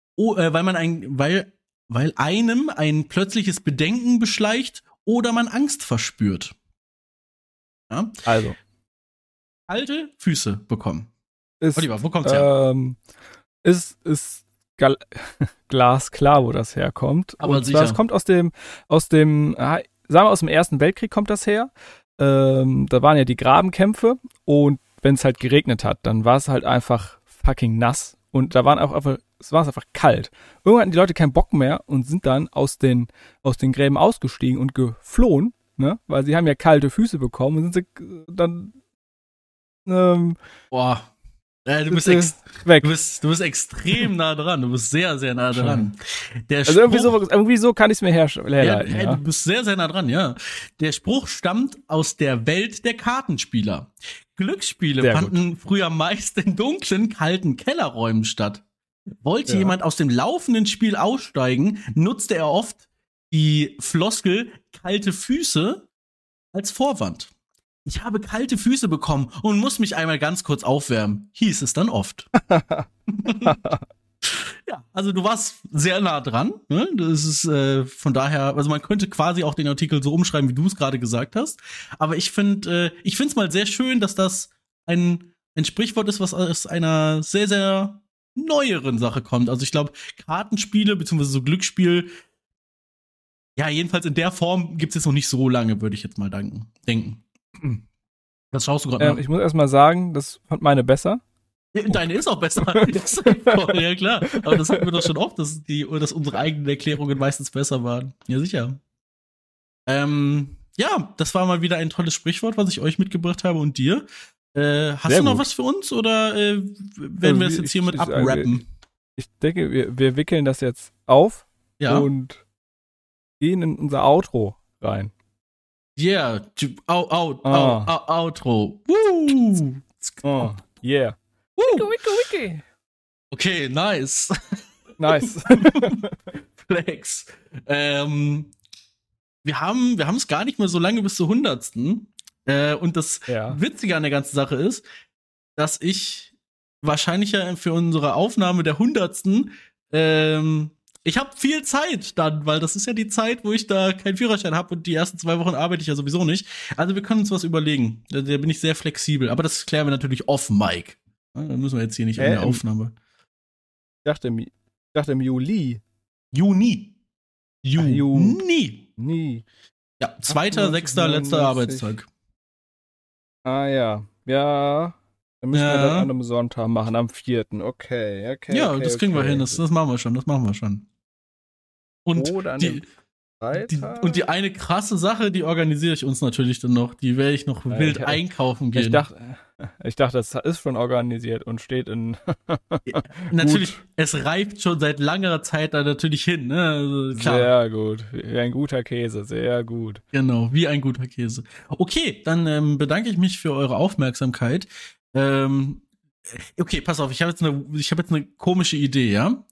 weil einem ein plötzliches Bedenken beschleicht oder man Angst verspürt. Ja? Also. Kalte Füße bekommen. Oliver, wo kommt's her? Ist glasklar, wo das herkommt. Aber und zwar, es kommt aus dem, sagen wir, aus dem Ersten Weltkrieg kommt das her. Da waren ja die Grabenkämpfe und wenn es halt geregnet hat, dann war es halt einfach fucking nass und da es war einfach kalt. Irgendwann hatten die Leute keinen Bock mehr und sind dann aus den Gräben ausgestiegen und geflohen, ne? Weil sie haben ja kalte Füße bekommen und sind sie dann Boah. Du bist extrem nah dran. Du bist sehr, sehr nah dran. Irgendwie so kann ich es mir herleiten. Ja. Du bist sehr, sehr nah dran, ja. Der Spruch stammt aus der Welt der Kartenspieler. Glücksspiele fanden früher meist in dunklen, kalten Kellerräumen statt. Wollte jemand aus dem laufenden Spiel aussteigen, nutzte er oft die Floskel kalte Füße als Vorwand. Ich habe kalte Füße bekommen und muss mich einmal ganz kurz aufwärmen, hieß es dann oft. Ja, also du warst sehr nah dran. Ne? Das ist von daher, also man könnte quasi auch den Artikel so umschreiben, wie du es gerade gesagt hast. Aber ich finde es mal sehr schön, dass das ein Sprichwort ist, was aus einer sehr, sehr neueren Sache kommt. Also ich glaube, Kartenspiele beziehungsweise so Glücksspiel, ja, jedenfalls in der Form gibt es jetzt noch nicht so lange, würde ich jetzt mal denken. Das schaust du gerade nach. Ich muss erst mal sagen, das fand meine besser. Deine ist auch besser. Ja, klar. Aber das hatten wir doch schon oft, dass unsere eigenen Erklärungen meistens besser waren. Ja, sicher. Ja, das war mal wieder ein tolles Sprichwort, was ich euch mitgebracht habe und dir. Hast du noch was für uns oder werden wir das jetzt hiermit abrappen? Ich denke, wir wickeln das jetzt auf und gehen in unser Outro rein. Yeah, Outro. Woo! Oh, yeah. Wiki. Okay, nice. Nice. Flex. Wir haben es gar nicht mehr so lange bis zur 100. Und das Witzige an der ganzen Sache ist, dass ich wahrscheinlich ja für unsere Aufnahme der 100. Ich habe viel Zeit dann, weil das ist ja die Zeit, wo ich da keinen Führerschein habe und die ersten 2 Wochen arbeite ich ja sowieso nicht. Also wir können uns was überlegen. Da bin ich sehr flexibel. Aber das klären wir natürlich off Mic. Da müssen wir jetzt hier nicht an der Aufnahme. Ich dachte im Juli. Juni. Ja, 2.6. letzter Arbeitstag. Ah ja. Ja. Dann müssen wir das an einem Sonntag machen, am 4. Okay. Ja, das kriegen wir hin. Das machen wir schon. Und Und die eine krasse Sache, die organisiere ich uns natürlich dann noch. Die werde ich noch wild einkaufen gehen. Ich dachte, das ist schon organisiert und steht in. Ja, natürlich, es reift schon seit langer Zeit da natürlich hin. Ne? Also, klar. Sehr gut. Wie ein guter Käse, sehr gut. Genau, wie ein guter Käse. Okay, dann bedanke ich mich für eure Aufmerksamkeit. Okay, pass auf, ich habe jetzt eine komische Idee, ja?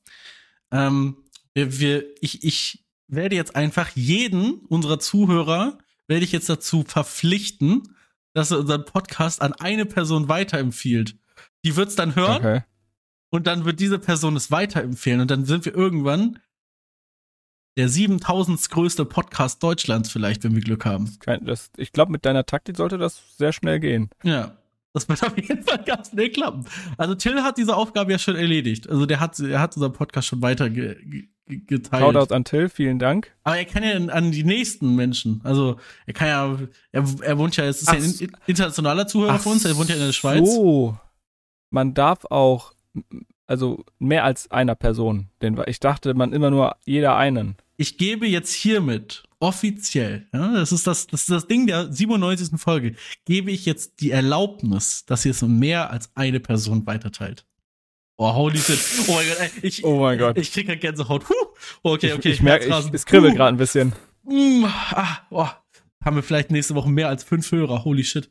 Ich werde jetzt einfach jeden unserer Zuhörer werde ich jetzt dazu verpflichten, dass er unseren Podcast an eine Person weiterempfiehlt. Die wird's dann hören, okay. Und dann wird diese Person es weiterempfehlen und dann sind wir irgendwann der 7000. größte Podcast Deutschlands vielleicht, wenn wir Glück haben. Ich glaube, mit deiner Taktik sollte das sehr schnell gehen. Ja, das wird auf jeden Fall ganz schnell klappen. Also Till hat diese Aufgabe ja schon erledigt. Also er hat unseren Podcast schon weiter geteilt. Shoutout an Till, vielen Dank. Aber er kann ja an die nächsten Menschen. Also er kann ja, er wohnt ja, es ist ja ein internationaler Zuhörer von uns, er wohnt ja in der Schweiz. So, man darf auch, also mehr als einer Person. Ich dachte, man immer nur jeder einen. Ich gebe jetzt hiermit offiziell, ja, das ist das Ding der 97. Folge, gebe ich jetzt die Erlaubnis, dass ihr es mehr als eine Person weiterteilt. Oh, holy shit. Oh mein Gott, ich krieg grad Gänsehaut. Okay. Ich merke, es kribbelt gerade ein bisschen. Haben wir vielleicht nächste Woche mehr als 5 Hörer. Holy shit.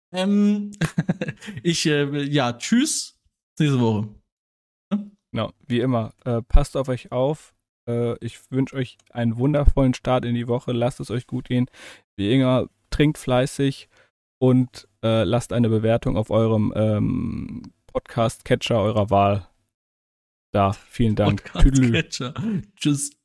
Tschüss. Nächste Woche. Genau, wie immer. Passt auf euch auf. Ich wünsche euch einen wundervollen Start in die Woche. Lasst es euch gut gehen. Wie immer, trinkt fleißig und lasst eine Bewertung auf eurem Podcast-Catcher eurer Wahl da. Vielen Dank. Podcast-Catcher. Tschüss.